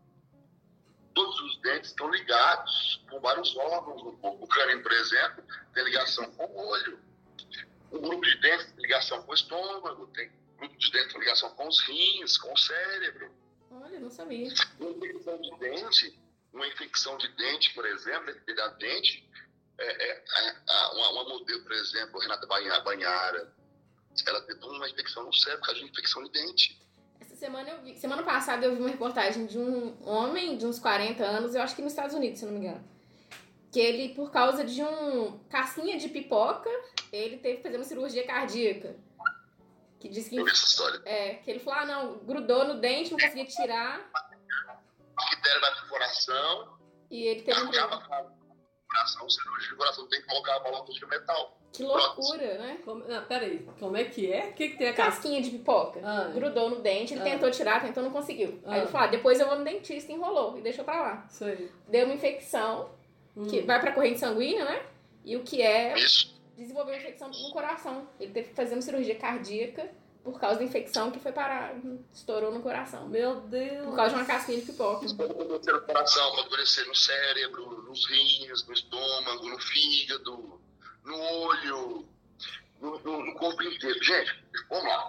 todos os dentes estão ligados com vários órgãos no corpo. O crânio, por exemplo, tem ligação com o olho. O grupo de dentes tem ligação com o estômago, tem grupo de dentes tem ligação com os rins, com o cérebro. Olha, não sabia. Uma infecção de dente, uma infecção de dente, por exemplo, da dente, é, é, é, uma, uma modelo, por exemplo, Renata Banhara, ela teve uma infecção no cérebro por causa de infecção de dente. Essa semana eu vi, semana passada eu vi uma reportagem de um homem de uns quarenta anos, eu acho que nos Estados Unidos, se não me engano. Que ele, por causa de um casquinha de pipoca, ele teve que fazer uma cirurgia cardíaca. Que disse que, Eu vi essa história. é, que ele falou, ah não, grudou no dente, não conseguia tirar. Bactéria vai pro coração, E ele teve um acaba problema. com o coração, o cirurgia do coração tem que colocar a válvula de metal. Que loucura, né? Como... Ah, peraí, como é que é? O que, que tem a casca? Casquinha de pipoca. Ah, Grudou no dente, ele ah. tentou tirar, tentou, não conseguiu. Ah. Aí ele falou, ah, depois eu vou no dentista, enrolou e deixou pra lá. Isso aí. Deu uma infecção, Hum. que vai pra corrente sanguínea, né? E o que é, Isso. desenvolveu uma infecção no coração. Ele teve que fazer uma cirurgia cardíaca por causa da infecção que foi parar, estourou no coração. Meu Deus. Por causa de uma casquinha de pipoca. Isso pode acontecer no coração, pode acontecer no cérebro, nos rins, no estômago, no fígado, no olho, no, no, no corpo inteiro. Gente, vamos lá.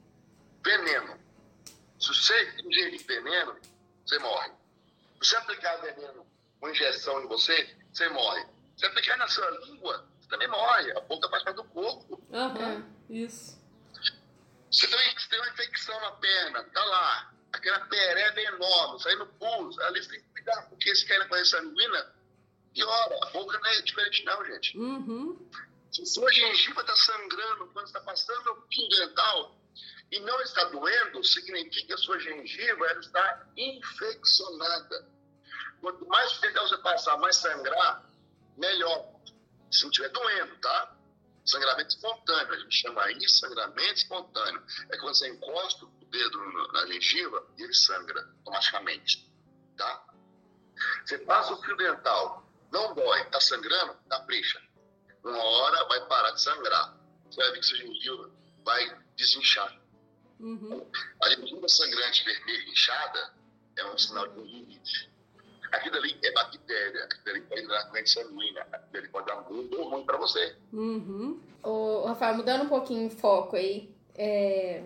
Veneno. Se você ingerir veneno, você morre. Se você aplicar veneno com injeção em você, você morre. Se você aplicar na sua língua, você também morre. A boca faz parte do corpo. Aham, isso. Você tem, você tem uma infecção na perna, tá lá. Aquela pereba enorme, saindo pus. Ali você tem que cuidar, porque se cair na corrente sanguínea, piora. A boca não é diferente não, gente. Uhum. Se sua gengiva está sangrando quando está passando o fio dental e não está doendo, significa que a sua gengiva ela está infeccionada. Quanto mais fio dental você passar, mais sangrar, melhor. Se não estiver doendo, tá? Sangramento espontâneo, a gente chama isso sangramento espontâneo. É quando você encosta o dedo na gengiva e ele sangra automaticamente, tá? Você passa o fio dental, não dói, está sangrando, capricha. Uma hora vai parar de sangrar. Você vai ver que sua gengiva vai desinchar. Uhum. A gengiva sangrante vermelha inchada é um sinal de rinite. Aquilo ali é bactéria, aquilo ali pode dar corrente sanguínea, aquilo ali pode dar muito ruim para você. Uhum. Ô, Rafael, mudando um pouquinho o foco aí, é...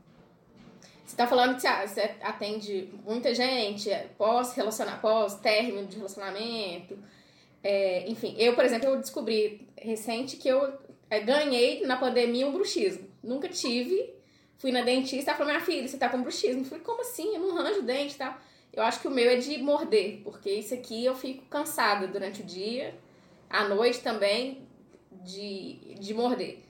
você tá falando que você atende muita gente pós-relacionamento, pós-término de relacionamento. É, enfim, eu, por exemplo, eu descobri recente que eu é, ganhei na pandemia um bruxismo. Nunca tive. Fui na dentista, ela falou, minha filha, você tá com bruxismo. Eu falei, como assim? Eu não arranjo o dente e tal. Eu acho que o meu é de morder, porque isso aqui eu fico cansada durante o dia, à noite também, de, de morder.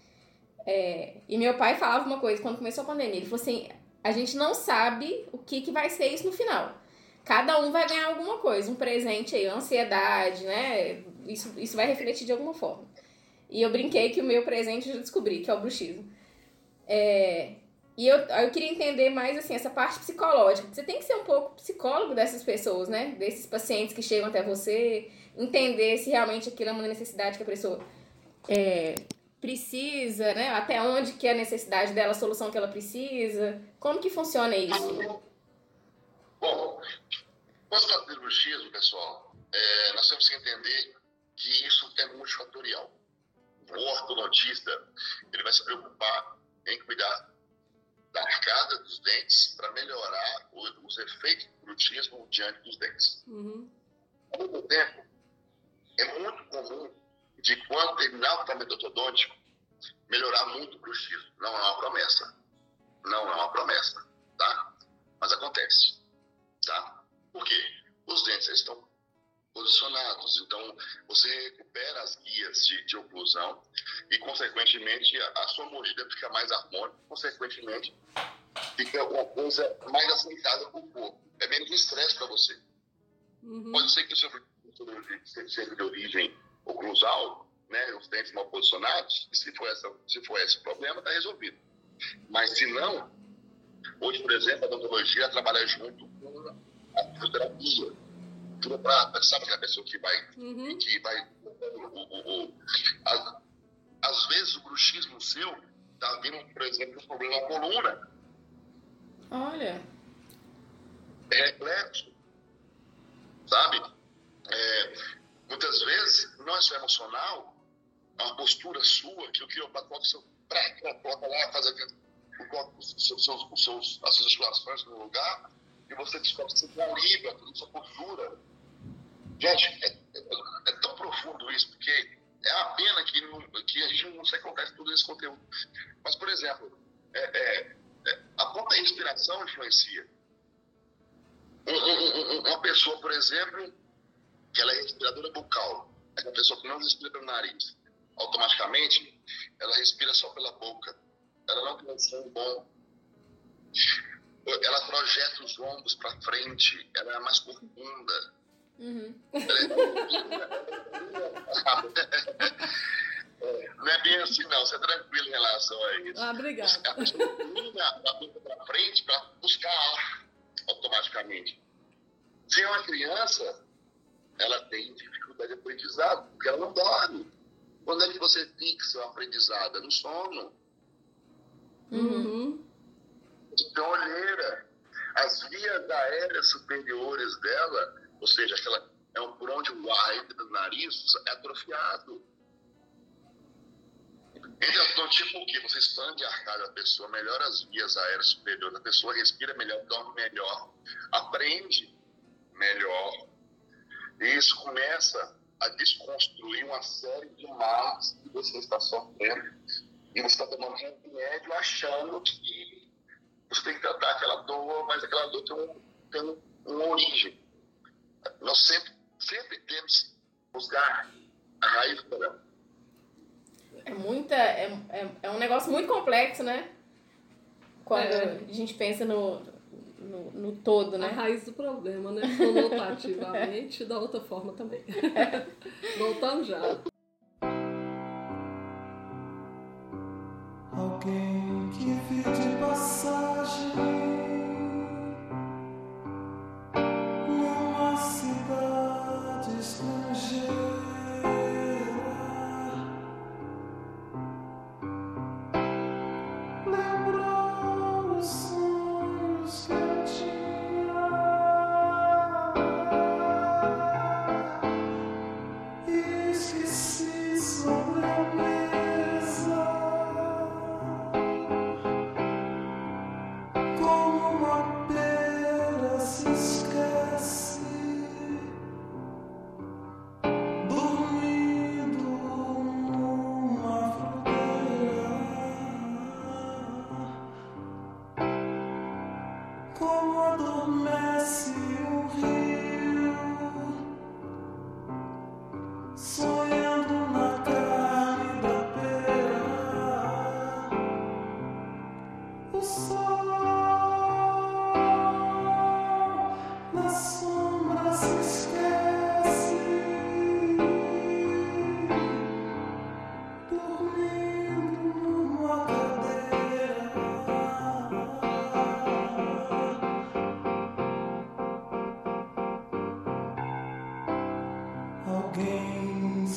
É, e meu pai falava uma coisa, quando começou a pandemia, ele falou assim, a gente não sabe o que, que vai ser isso no final. Cada um vai ganhar alguma coisa, um presente aí, ansiedade, né? Isso, isso vai refletir de alguma forma. E eu brinquei que o meu presente eu já descobri, que é o bruxismo. É, e eu, eu queria entender mais, assim, essa parte psicológica. Você tem que ser um pouco psicólogo dessas pessoas, né? Desses pacientes que chegam até você, entender se realmente aquilo é uma necessidade que a pessoa é, precisa, né? Até onde que é a necessidade dela, a solução que ela precisa? Como que funciona isso? Bom, com os casos de bruxismo, pessoal, é, nós temos que entender que isso é multifatorial. O ortodontista, ele vai se preocupar em cuidar da arcada dos dentes para melhorar o, os efeitos do bruxismo diante dos dentes. Uhum. Ao mesmo tempo, é muito comum de quando terminar o tratamento ortodôntico, melhorar muito o bruxismo. Não é uma promessa. Não é uma promessa, tá? Mas acontece, tá? Por quê? Os dentes eles estão posicionados, então você recupera as guias de, de oclusão e, consequentemente, a, a sua mordida fica mais harmônica, consequentemente, fica uma coisa mais aceitável para o corpo. É menos estresse para você. Uhum. Pode ser que o seu seja de origem oclusal, né, os dentes mal posicionados, e se for, essa, se for esse o problema, está resolvido. Mas se não, hoje, por exemplo, a odontologia trabalha junto com a fisioterapia. Pra, sabe aquela pessoa que vai, uhum. que vai o, o, o, as, às vezes o bruxismo seu está vindo, por exemplo, um problema na coluna. Olha. É reflexo. Sabe? É, muitas vezes, não é só emocional, é uma postura sua, que o que eu coloco seu pré, coloca lá, faz aqui, coloca os seus, os seus, as suas articulações no lugar, e você descobre que você tem uma libra, toda a sua postura. Gente, é, é, é tão profundo isso, porque é uma pena que, não, que a gente não consegue colocar todo esse conteúdo. Mas, por exemplo, é, é, é, a própria respiração influencia. Um, um, um, uma pessoa, por exemplo, que ela é respiradora bucal, é uma pessoa que não respira pelo nariz, automaticamente, ela respira só pela boca. Ela não tem um som bom. Ela projeta os ombros para frente, ela é mais profunda. Uhum. É, não é bem assim, não. Você é tranquilo em relação a isso. Ah, obrigada. A pessoa inclina a boca para frente para buscar ar automaticamente. Se é uma criança, ela tem dificuldade de aprendizado, porque ela não dorme. Quando é que você fixa o aprendizado? É no sono. Uhum. Tem olheira. As vias aéreas superiores dela, ou seja, aquela, é um, por onde o ar entra do nariz, é atrofiado. Então, tipo o que? Você expande a arcada da pessoa, melhora as vias aéreas superiores, a pessoa respira melhor, dorme melhor, aprende melhor. E isso começa a desconstruir uma série de males que você está sofrendo. E você está tomando remédio achando que você tem que tratar aquela dor, mas aquela dor tem, um, tem um, uma origem. Nós sempre, sempre temos que buscar a raiz do problema. É, muita, é, é, é um negócio muito complexo, né? Quando é. a gente pensa no, no, no todo, né? A raiz do problema, né? Conotativamente, da outra forma também. Voltamos já. Alguém que vive de passagem numa cidade estrangeira, lembrou os sonhos que eu tinha e esqueci sobre a mesa. Como uma pera se esquece, dormindo numa fruteira. Como adormece o rio, sonhando na carne da pera. O sol na sombra se esquece, dormindo numa cadeira. Alguém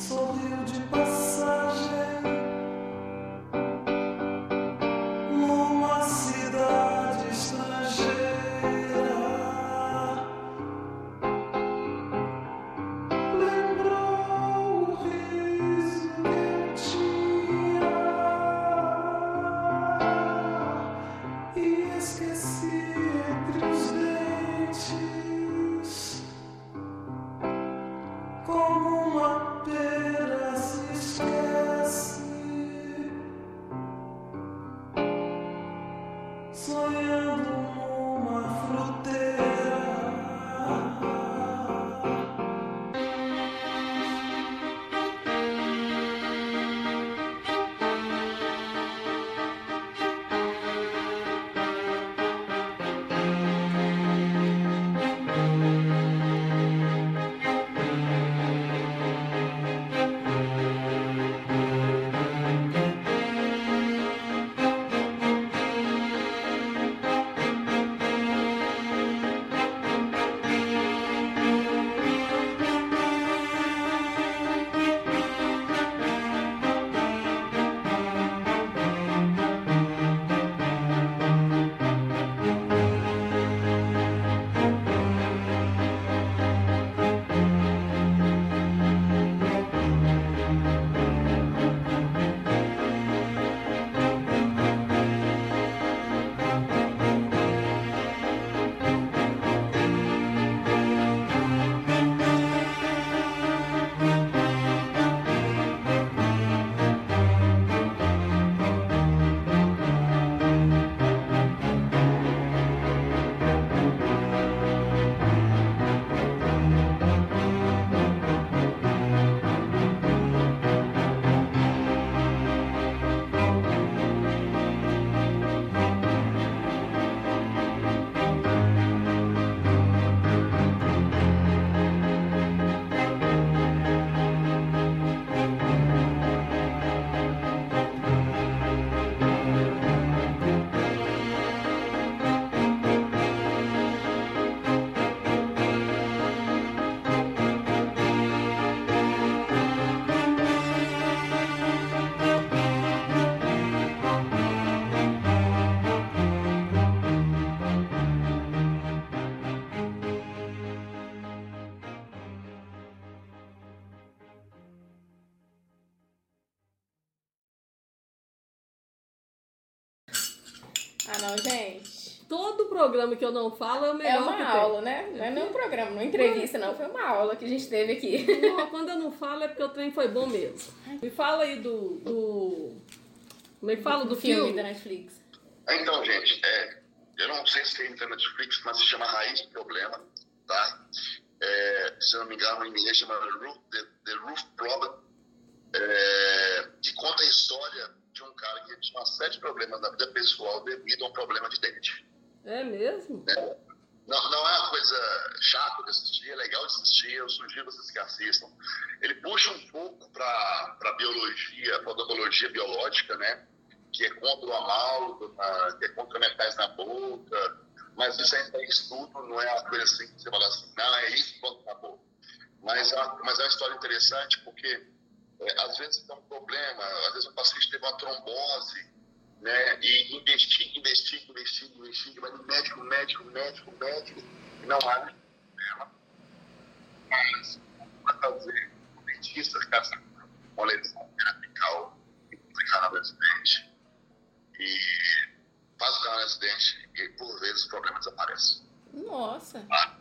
Ah, não, gente. Todo programa que eu não falo é o melhor É uma que aula, tem. né? Não é nem um programa, não é entrevista, não. Foi uma aula que a gente teve aqui. Não, quando eu não falo é porque o trem foi bom mesmo. Me fala aí do... do... Como é que fala do filme filme? da Netflix. Então, gente, é, eu não sei se tem na Netflix, mas se chama Raiz do Problema, tá? É, se eu não me engano, em inglês chama Root, The, The Root Problem, é, que conta a história de um cara que tinha sete problemas na vida pessoal devido a um problema de dente. É mesmo? É. Não, não é uma coisa chata de assistir, é legal de assistir, eu sugiro vocês que assistam. Ele puxa um pouco para a biologia, para a odontologia biológica, né? Que é contra o amálgama, que é contra metais na boca, mas isso ainda é estudo, não é uma coisa assim que você fala assim, não, é isso, pronto, acabou. Mas é uma, mas é uma história interessante porque é, às vezes tem um problema, às vezes o paciente teve uma trombose, né? E investiga, investiga, investiga, investiga, mas médico, médico, médico, médico, e não há problema. Mas para fazer o dentista ficar com uma lesão apical, implicar no acidente, e faz o canal acidente e por vezes o problema desaparece. Nossa. Ah.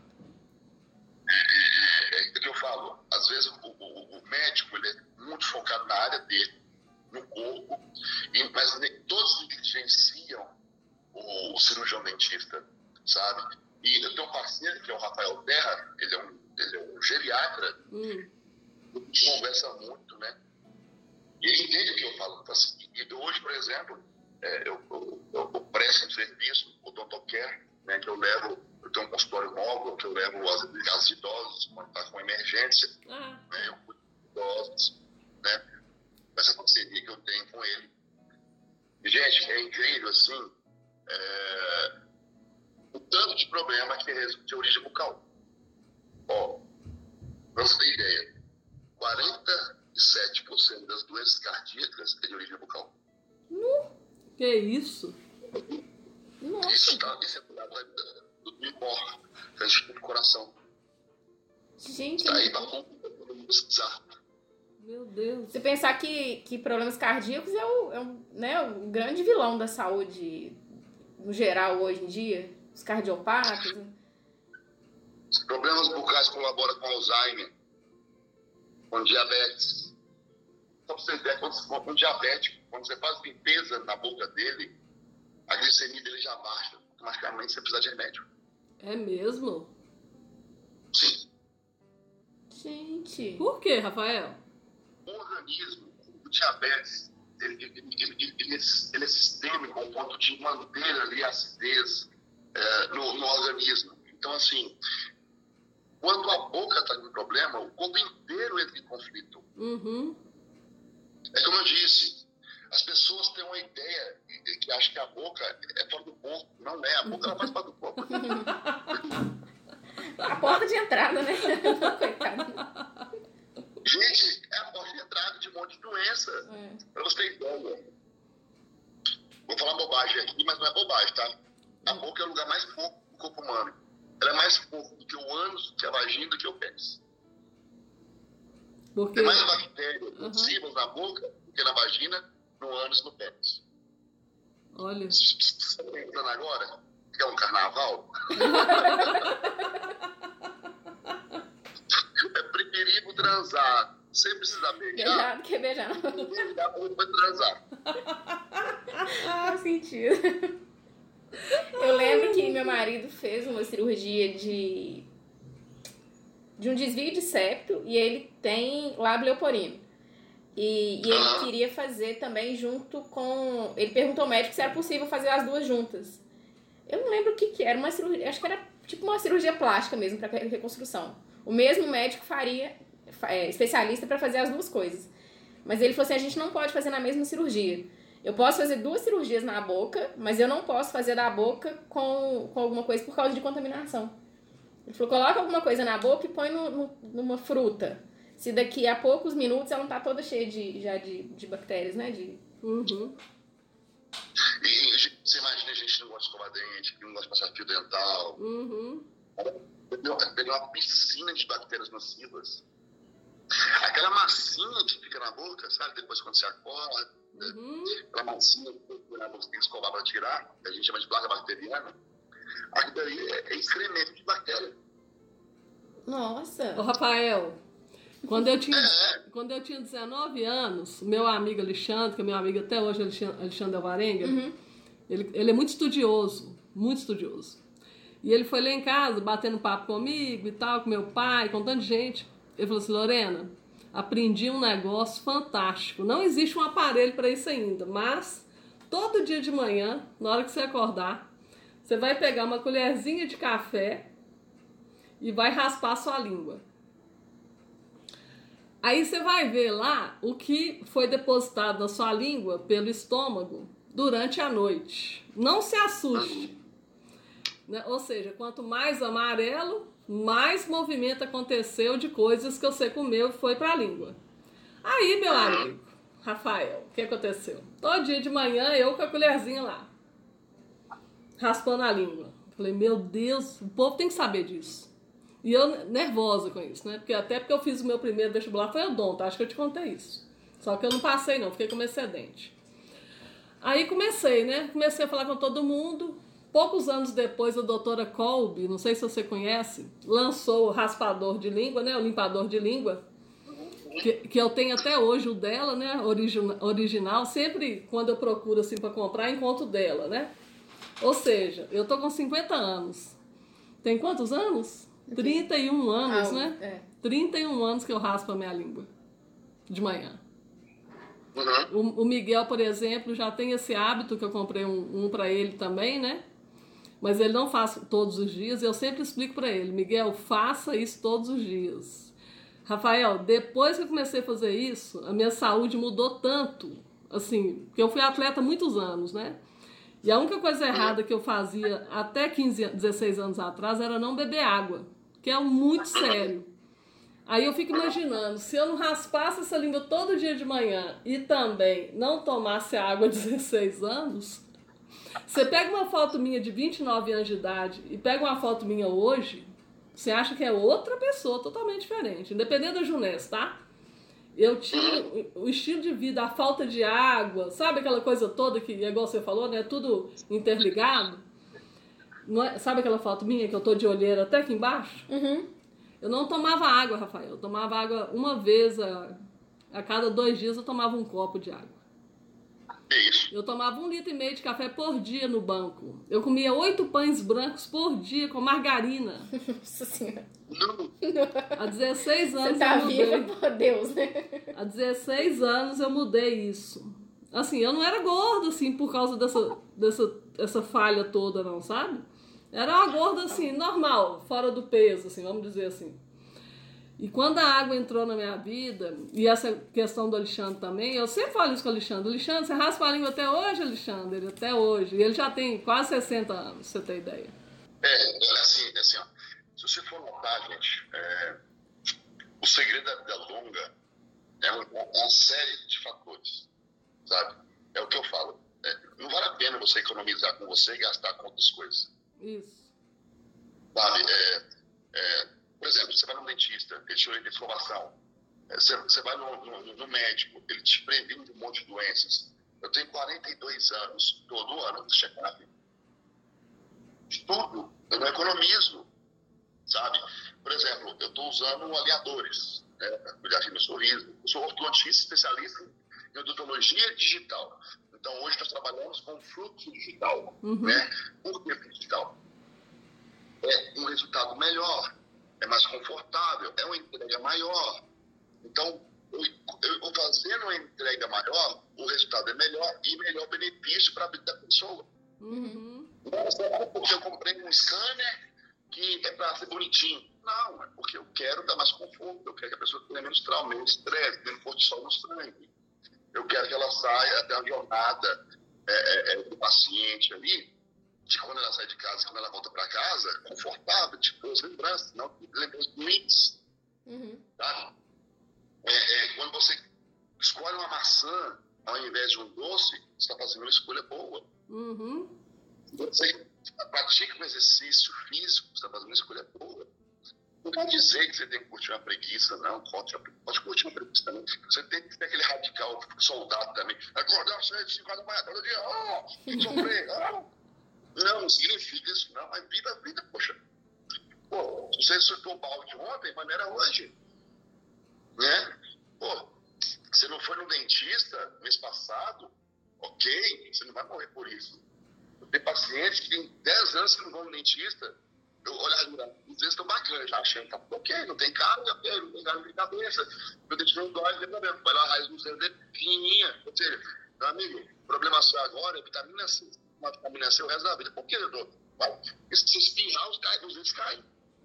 É, é, é o que eu falo, às vezes o, o, o médico ele é muito focado na área dele, no corpo, e, mas nem, todos negligenciam o, o cirurgião dentista, sabe? E eu tenho um parceiro que é o Rafael Terra, ele é um, ele é um geriatra, Hum. a gente conversa muito, né? E ele entende o que eu falo. Assim, e hoje, por exemplo, é, eu, eu, eu, eu presto um serviço, o Odontocare, né, que eu levo, eu tenho um consultório móvel, que eu levo as, as idosos quando está com emergência, Ah. né, eu cuido de idosos, né? Essa parceria que eu tenho com ele. E, gente, é incrível, assim, é, o tanto de problema que é de origem bucal. Ó, pra você ter ideia, quarenta e sete por cento das doenças cardíacas é de origem bucal. Que isso? Nossa. Isso, tá, isso é do limor, que é o coração. Gente, Tá aí, vai bizarro. Meu Deus. você pensar que, que problemas cardíacos é o, é o, né, o grande vilão da saúde no geral hoje em dia. Os cardiopatas. Né? Os problemas bucais colaboram com Alzheimer, com diabetes. Só pra vocês verem, quando, com diabético, quando você faz limpeza na boca dele, a glicemia dele já baixa. Automaticamente você precisa de remédio. É mesmo? Sim. Gente. Por quê, Rafael? O organismo, o diabetes, ele, ele, ele, ele, ele, ele é sistêmico ao ponto de manter ali a acidez é, no, no organismo. Então, assim, quando a boca está com problema, o corpo inteiro entra em conflito. Uhum. É como eu disse, as pessoas têm uma ideia que acham que a boca é fora do corpo. Não é, a boca ela faz parte do corpo. A porta de entrada, né? Coitado. Gente, é a porta de entrada de um monte de doença. É. Pra você ter ideia. Vou falar bobagem aqui, mas não é bobagem, tá? A boca é o lugar mais fofo do corpo humano. Ela é mais fofo do que o ânus, do que a vagina, do que o pênis. Porque... Tem mais bactérias Uhum. nocivas na boca do que na vagina, no ânus e no pênis. Olha. Você está pensando agora que é um carnaval? É preferível transar sem precisar beijar. Beijar do que beijar. Beijar pra transar. Faz sentido. Eu lembro que meu marido fez uma cirurgia de de um desvio de septo e ele tem lábio leporino. E, e ele queria fazer também junto com... Ele perguntou ao médico se era possível fazer as duas juntas. Eu não lembro o que que era, uma cirurgia... Acho que era tipo uma cirurgia plástica mesmo, para reconstrução. O mesmo médico faria, é, especialista para fazer as duas coisas. Mas ele falou assim, a gente não pode fazer na mesma cirurgia. Eu posso fazer duas cirurgias na boca, mas eu não posso fazer da boca com, com alguma coisa por causa de contaminação. Ele falou, coloca alguma coisa na boca e põe no, no, numa fruta. Se daqui a poucos minutos ela não tá toda cheia de, já de, de bactérias, né? De... Uhum. E, e você imagina, a gente não gosta de escovar dente, não gosta de passar fio dental. Uhum. Tem uma piscina de bactérias nocivas. Aquela massinha que fica na boca, sabe? Depois quando você acorda, Uhum. Aquela massinha que você tem que escovar para tirar, que a gente chama de placa bacteriana, aquilo daí é, é excremento de bactéria. Nossa. Ô, Rafael, quando eu tinha, É. quando eu tinha dezenove anos, meu amigo Alexandre, que é meu amigo até hoje, Alexandre, Alexandre Alvarenga, Uhum. ele, ele é muito estudioso, muito estudioso. E ele foi lá em casa, batendo papo comigo e tal, com meu pai, com tanta gente. Ele falou assim, Lorena, aprendi um negócio fantástico. Não existe um aparelho para isso ainda, mas todo dia de manhã, na hora que você acordar, você vai pegar uma colherzinha de café e vai raspar a sua língua. Aí você vai ver lá o que foi depositado na sua língua pelo estômago durante a noite. Não se assuste. Né? Ou seja, quanto mais amarelo, mais movimento aconteceu de coisas que você comeu e foi para a língua. Aí, meu amigo, Rafael, o que aconteceu? Todo dia de manhã, eu com a colherzinha lá, raspando a língua. Falei, meu Deus, o povo tem que saber disso. E eu nervosa com isso, né? Porque até porque eu fiz o meu primeiro vestibular, foi odonto, acho que eu te contei isso. Só que eu não passei não, fiquei com excedente. Aí comecei, né? Comecei a falar com todo mundo. Poucos anos depois, a doutora Kolbe, não sei se você conhece, lançou o raspador de língua, né? O limpador de língua. Que, que eu tenho até hoje o dela, né? Origina, original. Sempre quando eu procuro assim para comprar, encontro dela, né? Ou seja, eu tô com cinquenta anos. Tem quantos anos? trinta e um anos, Ah, né? é. trinta e um anos que eu raspo a minha língua. De manhã. Uhum. O, o Miguel, por exemplo, já tem esse hábito que eu comprei um, um para ele também, né? Mas ele não faz todos os dias. Eu sempre explico para ele, Miguel, faça isso todos os dias. Rafael, depois que eu comecei a fazer isso, a minha saúde mudou tanto, assim, porque eu fui atleta há muitos anos, né? E a única coisa errada que eu fazia até quinze, dezesseis anos atrás era não beber água, que é muito sério. Aí eu fico imaginando, se eu não raspasse essa língua todo dia de manhã e também não tomasse água há dezesseis anos, você pega uma foto minha de vinte e nove anos de idade e pega uma foto minha hoje, você acha que é outra pessoa totalmente diferente, independente da Junés, tá? Eu tinha o estilo de vida, a falta de água, sabe aquela coisa toda que, igual você falou, né? Tudo interligado. Não é, sabe aquela foto minha que eu tô de olheira até aqui embaixo? Uhum. Eu não tomava água, Rafael. Eu tomava água uma vez a, a cada dois dias, eu tomava um copo de água. É isso. Eu tomava um litro e meio de café por dia no banco. Eu comia oito pães brancos por dia com margarina. Nossa Senhora. Não. Há dezesseis anos Você tá eu mudei. viva por Deus, né? Há dezesseis anos eu mudei isso. Assim, eu não era gorda, assim, por causa dessa, dessa essa falha toda, não, sabe? Era uma gorda, assim, normal, fora do peso, assim, vamos dizer assim. E quando a água entrou na minha vida, e essa questão do Alexandre também, eu sempre falo isso com o Alexandre. Alexandre, você raspa a língua até hoje, Alexandre? Ele, até hoje. E ele já tem quase sessenta anos, pra você ter ideia. É, assim, assim, ó, se você for notar, gente, é, o segredo da vida longa é uma, uma série de fatores, sabe? É o que eu falo. É, não vale a pena você economizar com você e gastar com outras coisas. Isso. Sabe? É, é, por exemplo, você vai no dentista, ele te orienta informação. É, você, você vai no, no, no médico, ele te previne de um monte de doenças. Eu tenho quarenta e dois anos, todo ano, de check-up. Tudo. Eu não economizo, sabe? Por exemplo, eu estou usando aliadores, né, para cuidar do meu sorriso. Eu sou ortodontista especialista em odontologia digital. Então, hoje nós trabalhamos com fluxo digital. Uhum. Né? Por que fluxo digital? É um resultado melhor, é mais confortável, é uma entrega maior. Então, eu, eu fazendo uma entrega maior, o resultado é melhor e melhor benefício para a vida da pessoa. Uhum. Não é porque eu comprei um scanner que é para ser bonitinho. Não, é porque eu quero dar mais conforto, eu quero que a pessoa tenha menos trauma, menos estresse, menos cortisol no sangue. Eu quero que ela saia até a jornada é, é, do paciente ali, de quando ela sai de casa, quando ela volta para casa, confortável, de boas lembranças, não lembranças ruins. Uhum. Tá? É, é, quando você escolhe uma maçã ao invés de um doce, você está fazendo uma escolha boa. Uhum. Você pratica um exercício físico, você está fazendo uma escolha boa. Não quer dizer que você tem que curtir uma preguiça, não. Pode, pode curtir uma preguiça também. Você tem que ter aquele radical soldado também. Acordar às seis, cinco horas da manhã, todo dia, oh, sofrer, oh. Não, não significa isso, não. Mas vida, vida, poxa. Pô, você soltou o balde ontem, mas não era hoje. Né? Pô, você não foi no dentista mês passado, ok, você não vai morrer por isso. Tem pacientes que tem dez anos que não vão no dentista. Eu olho, às vezes estão bacanas, já achando que tá ok, não tem carga, não tem carga de cabeça, meu dente não dói, não tem problema. Vai lá, a raiz do seu dente pequenininha. Ou seja, meu amigo, o problema seu agora é vitamina C. Uma vitamina C o resto da vida. Por que, doutor? Se espirrar, os, os dentes caem.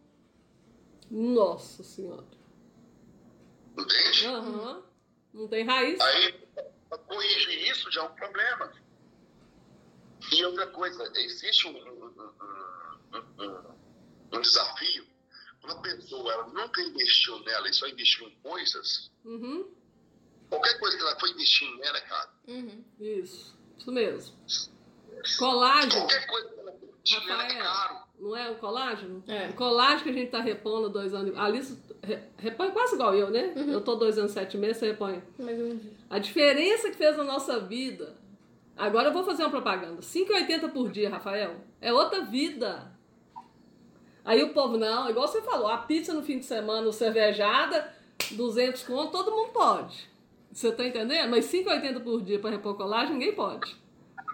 Nossa Senhora. Entende? Uhum. Não tem raiz. Aí, para corrigir isso já é um problema. E outra coisa, existe um, um, um, um, um desafio. Quando a pessoa ela nunca investiu nela e só investiu em coisas, Uhum. qualquer coisa que ela for investindo nela é caro. Uhum. Isso, isso mesmo. Colágeno. Qualquer coisa que ela for investir nela é caro. Não é o colágeno? É. O colágeno que a gente tá repondo dois anos. A Alice re- repõe quase igual eu, né? Uhum. Eu tô dois anos, sete meses, você repõe. Mais ou menos isso. A diferença que fez na nossa vida. Agora eu vou fazer uma propaganda. cinco reais e oitenta por dia, Rafael. É outra vida. Aí o povo, não, igual você falou, a pizza no fim de semana, o cervejada, duzentos conto, todo mundo pode. Você tá entendendo? Mas cinco reais e oitenta por dia para repor colágeno, ninguém pode.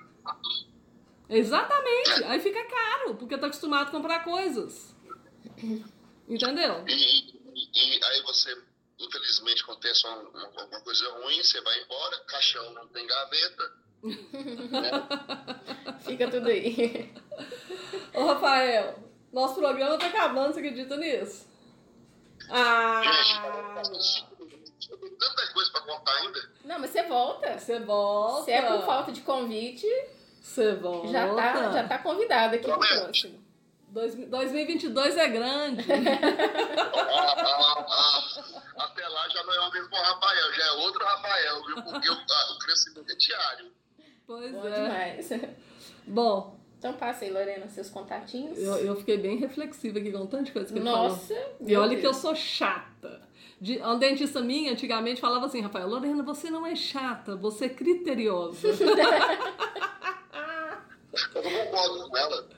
Exatamente. Aí fica caro, porque tá acostumado a comprar coisas. Entendeu? E, e, e aí você, infelizmente, acontece uma, uma, alguma coisa ruim, você vai embora, caixão não tem gaveta. Né? Fica tudo aí. Ô, Rafael, nosso programa tá acabando, você acredita nisso? Ah! Gente, eu tenho tanta coisa pra contar ainda. Não, mas você volta. Você volta. Se é por falta de convite, Você volta. já tá, já tá convidado aqui pro próximo. Dois- dois mil e vinte e dois é grande. Ah, ah, ah, até lá já não é o mesmo Rafael, já é outro Rafael, viu? Porque o, a, o crescimento é diário. Pois Bom é. demais. Bom, Então passa aí, Lorena, seus contatinhos. eu, eu fiquei bem reflexiva aqui com um tanto de coisa que ele Nossa, falou. E meu olha Deus. que eu sou chata. De, uma dentista minha antigamente falava assim, Rafael, Lorena, você não é chata, você é criteriosa. Eu não concordo com ela.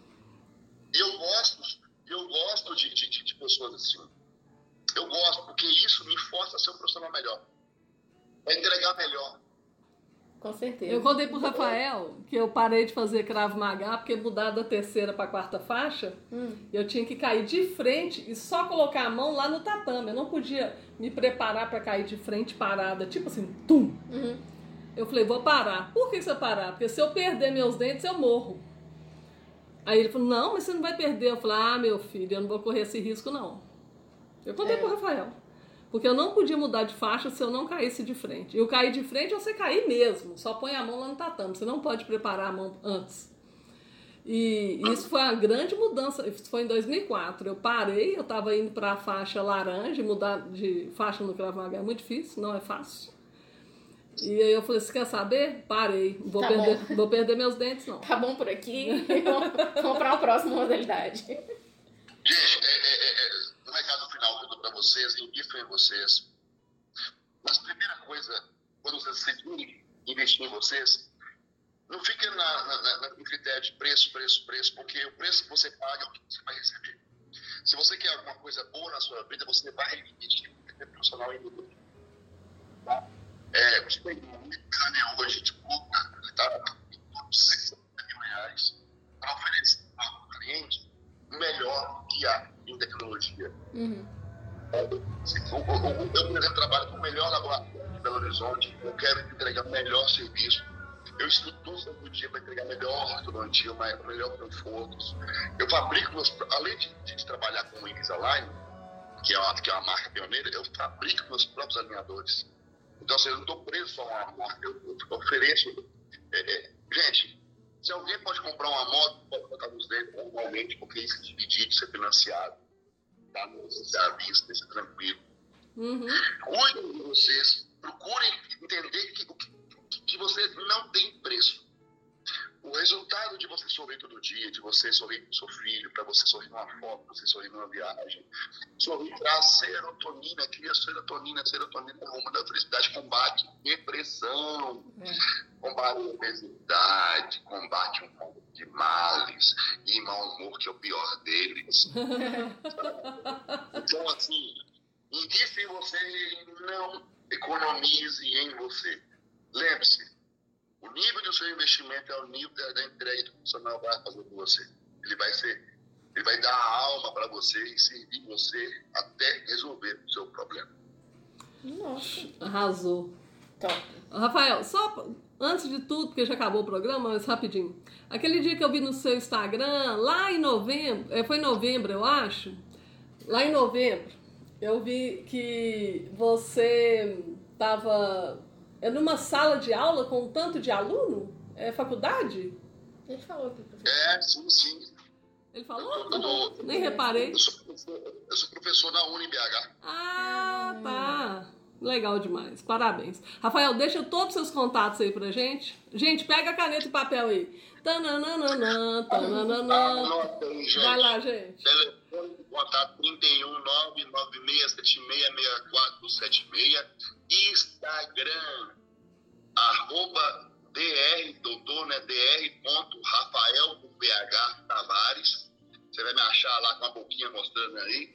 E eu gosto, eu gosto de, de, de pessoas assim. Eu gosto, porque isso me força a ser um profissional melhor. A entregar melhor. Com certeza. Eu contei pro Rafael que eu parei de fazer Krav Maga porque mudar da terceira pra quarta faixa, Hum. eu tinha que cair de frente e só colocar a mão lá no tatame. Eu não podia me preparar pra cair de frente parada, tipo assim, tum. Uhum. Eu falei, vou parar. Por que você vai parar? Porque se eu perder meus dentes, eu morro. Aí ele falou, não, mas você não vai perder. Eu falei, ah, meu filho, eu não vou correr esse risco, não. Eu contei É. pro Rafael. Porque eu não podia mudar de faixa se eu não caísse de frente. E eu cair de frente, você cair mesmo. Só põe a mão lá no tatame. Você não pode preparar a mão antes. E isso foi uma grande mudança. Isso foi em dois mil e quatro. Eu parei, eu estava indo para a faixa laranja. Mudar de faixa no Krav Maga é muito difícil, não é fácil. E aí eu falei, você quer saber? Parei. Vou, Tá perder, bom. vou perder meus dentes, não. Tá bom por aqui. Vamos comprar uma próxima modalidade. Gente, é, é, é, um recado final que eu dou para vocês, invisto em vocês. Mas a primeira coisa, quando vocês decidirem investir em vocês, não fique na, na, na, no critério de preço, preço, preço, porque o preço que você paga é o que você vai receber. Se você quer alguma coisa boa na sua vida, você vai investir em ser profissional em você. Tá? É, você tem um americano hoje de Cuba, ele está em sessenta mil reais para oferecer para o cliente o melhor que há em tecnologia. Uhum. Eu, por exemplo, trabalho com o melhor laboratório de Belo Horizonte, eu quero entregar o melhor serviço. Eu estudo todo dia para entregar melhor ortodontia, melhor confortos. Eu fabrico, meus, além de, de trabalhar com o Invisalign, que é, uma, que é uma marca pioneira, eu fabrico meus próprios alinhadores. Então, assim, eu não estou preso só a uma marca, eu, eu ofereço. É, é, gente, se alguém pode comprar uma moto, pode botar nos dedos normalmente, porque isso é dividido, isso é financiado. Tá? Não ser à vista, isso é tranquilo. Uhum. Cuidem de vocês, procurem entender que, que, que você não tem preço. O, o resultado de você sorrir todo dia, de você sorrir com seu filho, para você sorrir numa foto, para você sorrir numa viagem, sorrir traz serotonina, cria serotonina, serotonina é uma da felicidade, combate depressão, é. combate obesidade, combate um pouco de males e mau humor, que é o pior deles. Então, assim, invista em você e não economize em você. Lembre-se, o nível do seu investimento é o nível da, da entrega que o profissional vai fazer com você. Ele vai ser, ele vai dar a alma para você e servir você até resolver o seu problema. Nossa. Arrasou. Top. Rafael, só antes de tudo, porque já acabou o programa, mas rapidinho. Aquele dia que eu vi no seu Instagram, lá em novembro, foi em novembro, eu acho, lá em novembro, eu vi que você estava numa sala de aula com um tanto de aluno? É faculdade? Ele falou que professor. É, sim, sim. Ele falou? Eu, eu, eu, Nem reparei. Eu sou, professor, eu sou professor na Uni B H. Ah, tá. Legal demais. Parabéns. Rafael, deixa todos os seus contatos aí pra gente. Gente, pega a caneta e papel aí. Tananana, tananana. Anota, gente. Vai lá, gente. Telefone de contato trinta e um, nove nove seis sete seis, seis quatro sete seis. Instagram, arroba dr, doutor, né? dr.rafael.bh Tavares. Você vai me achar lá com a boquinha mostrando aí.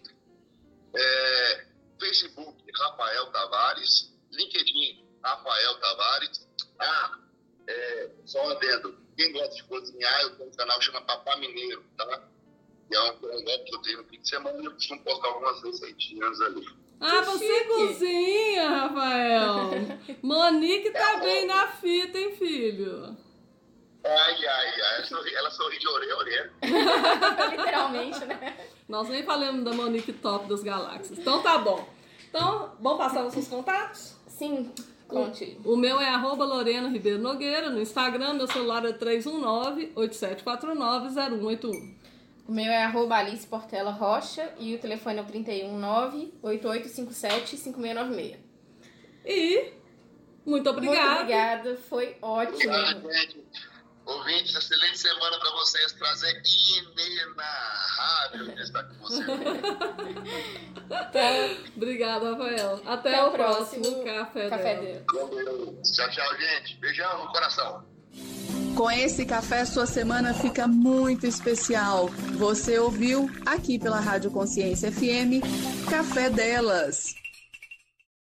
É, Facebook, Rafael Tavares. LinkedIn, Rafael Tavares. Ah, é, só um adendo. Quem gosta de cozinhar, eu tenho um canal que chama Papá Mineiro, tá? Que é um projeto que eu tenho no fim de semana e eu costumo postar algumas receitinhas ali. Ah, Que você chique. cozinha, Rafael. Monique tá bem na fita, hein, filho? Ai, ai, ai. Ela sorri, ela sorri de orelha a orelha. Literalmente, né? Nós nem falamos da Monique Top das Galáxias. Então tá bom. Então, vamos passar os seus contatos? Sim, conte. O meu é arroba Lorena Ribeiro Nogueira. No Instagram, meu celular é três um nove, oito sete quatro nove, zero um oito um. O meu é arroba Alice Portela Rocha e o telefone é o trinta e um, nove oito oito cinco sete, cinco seis nove seis. E muito obrigada. Muito obrigada, foi ótimo. Obrigado, gente. Ouvintes, excelente semana para vocês. Prazer inenarrável de estar com vocês. Obrigada, Rafael. Até, Até o o próximo, próximo Café, Café Dela. Dela. Tchau, tchau, gente. Beijão no coração. Com esse café, sua semana fica muito especial. Você ouviu aqui pela Rádio Consciência F M, Café Delas.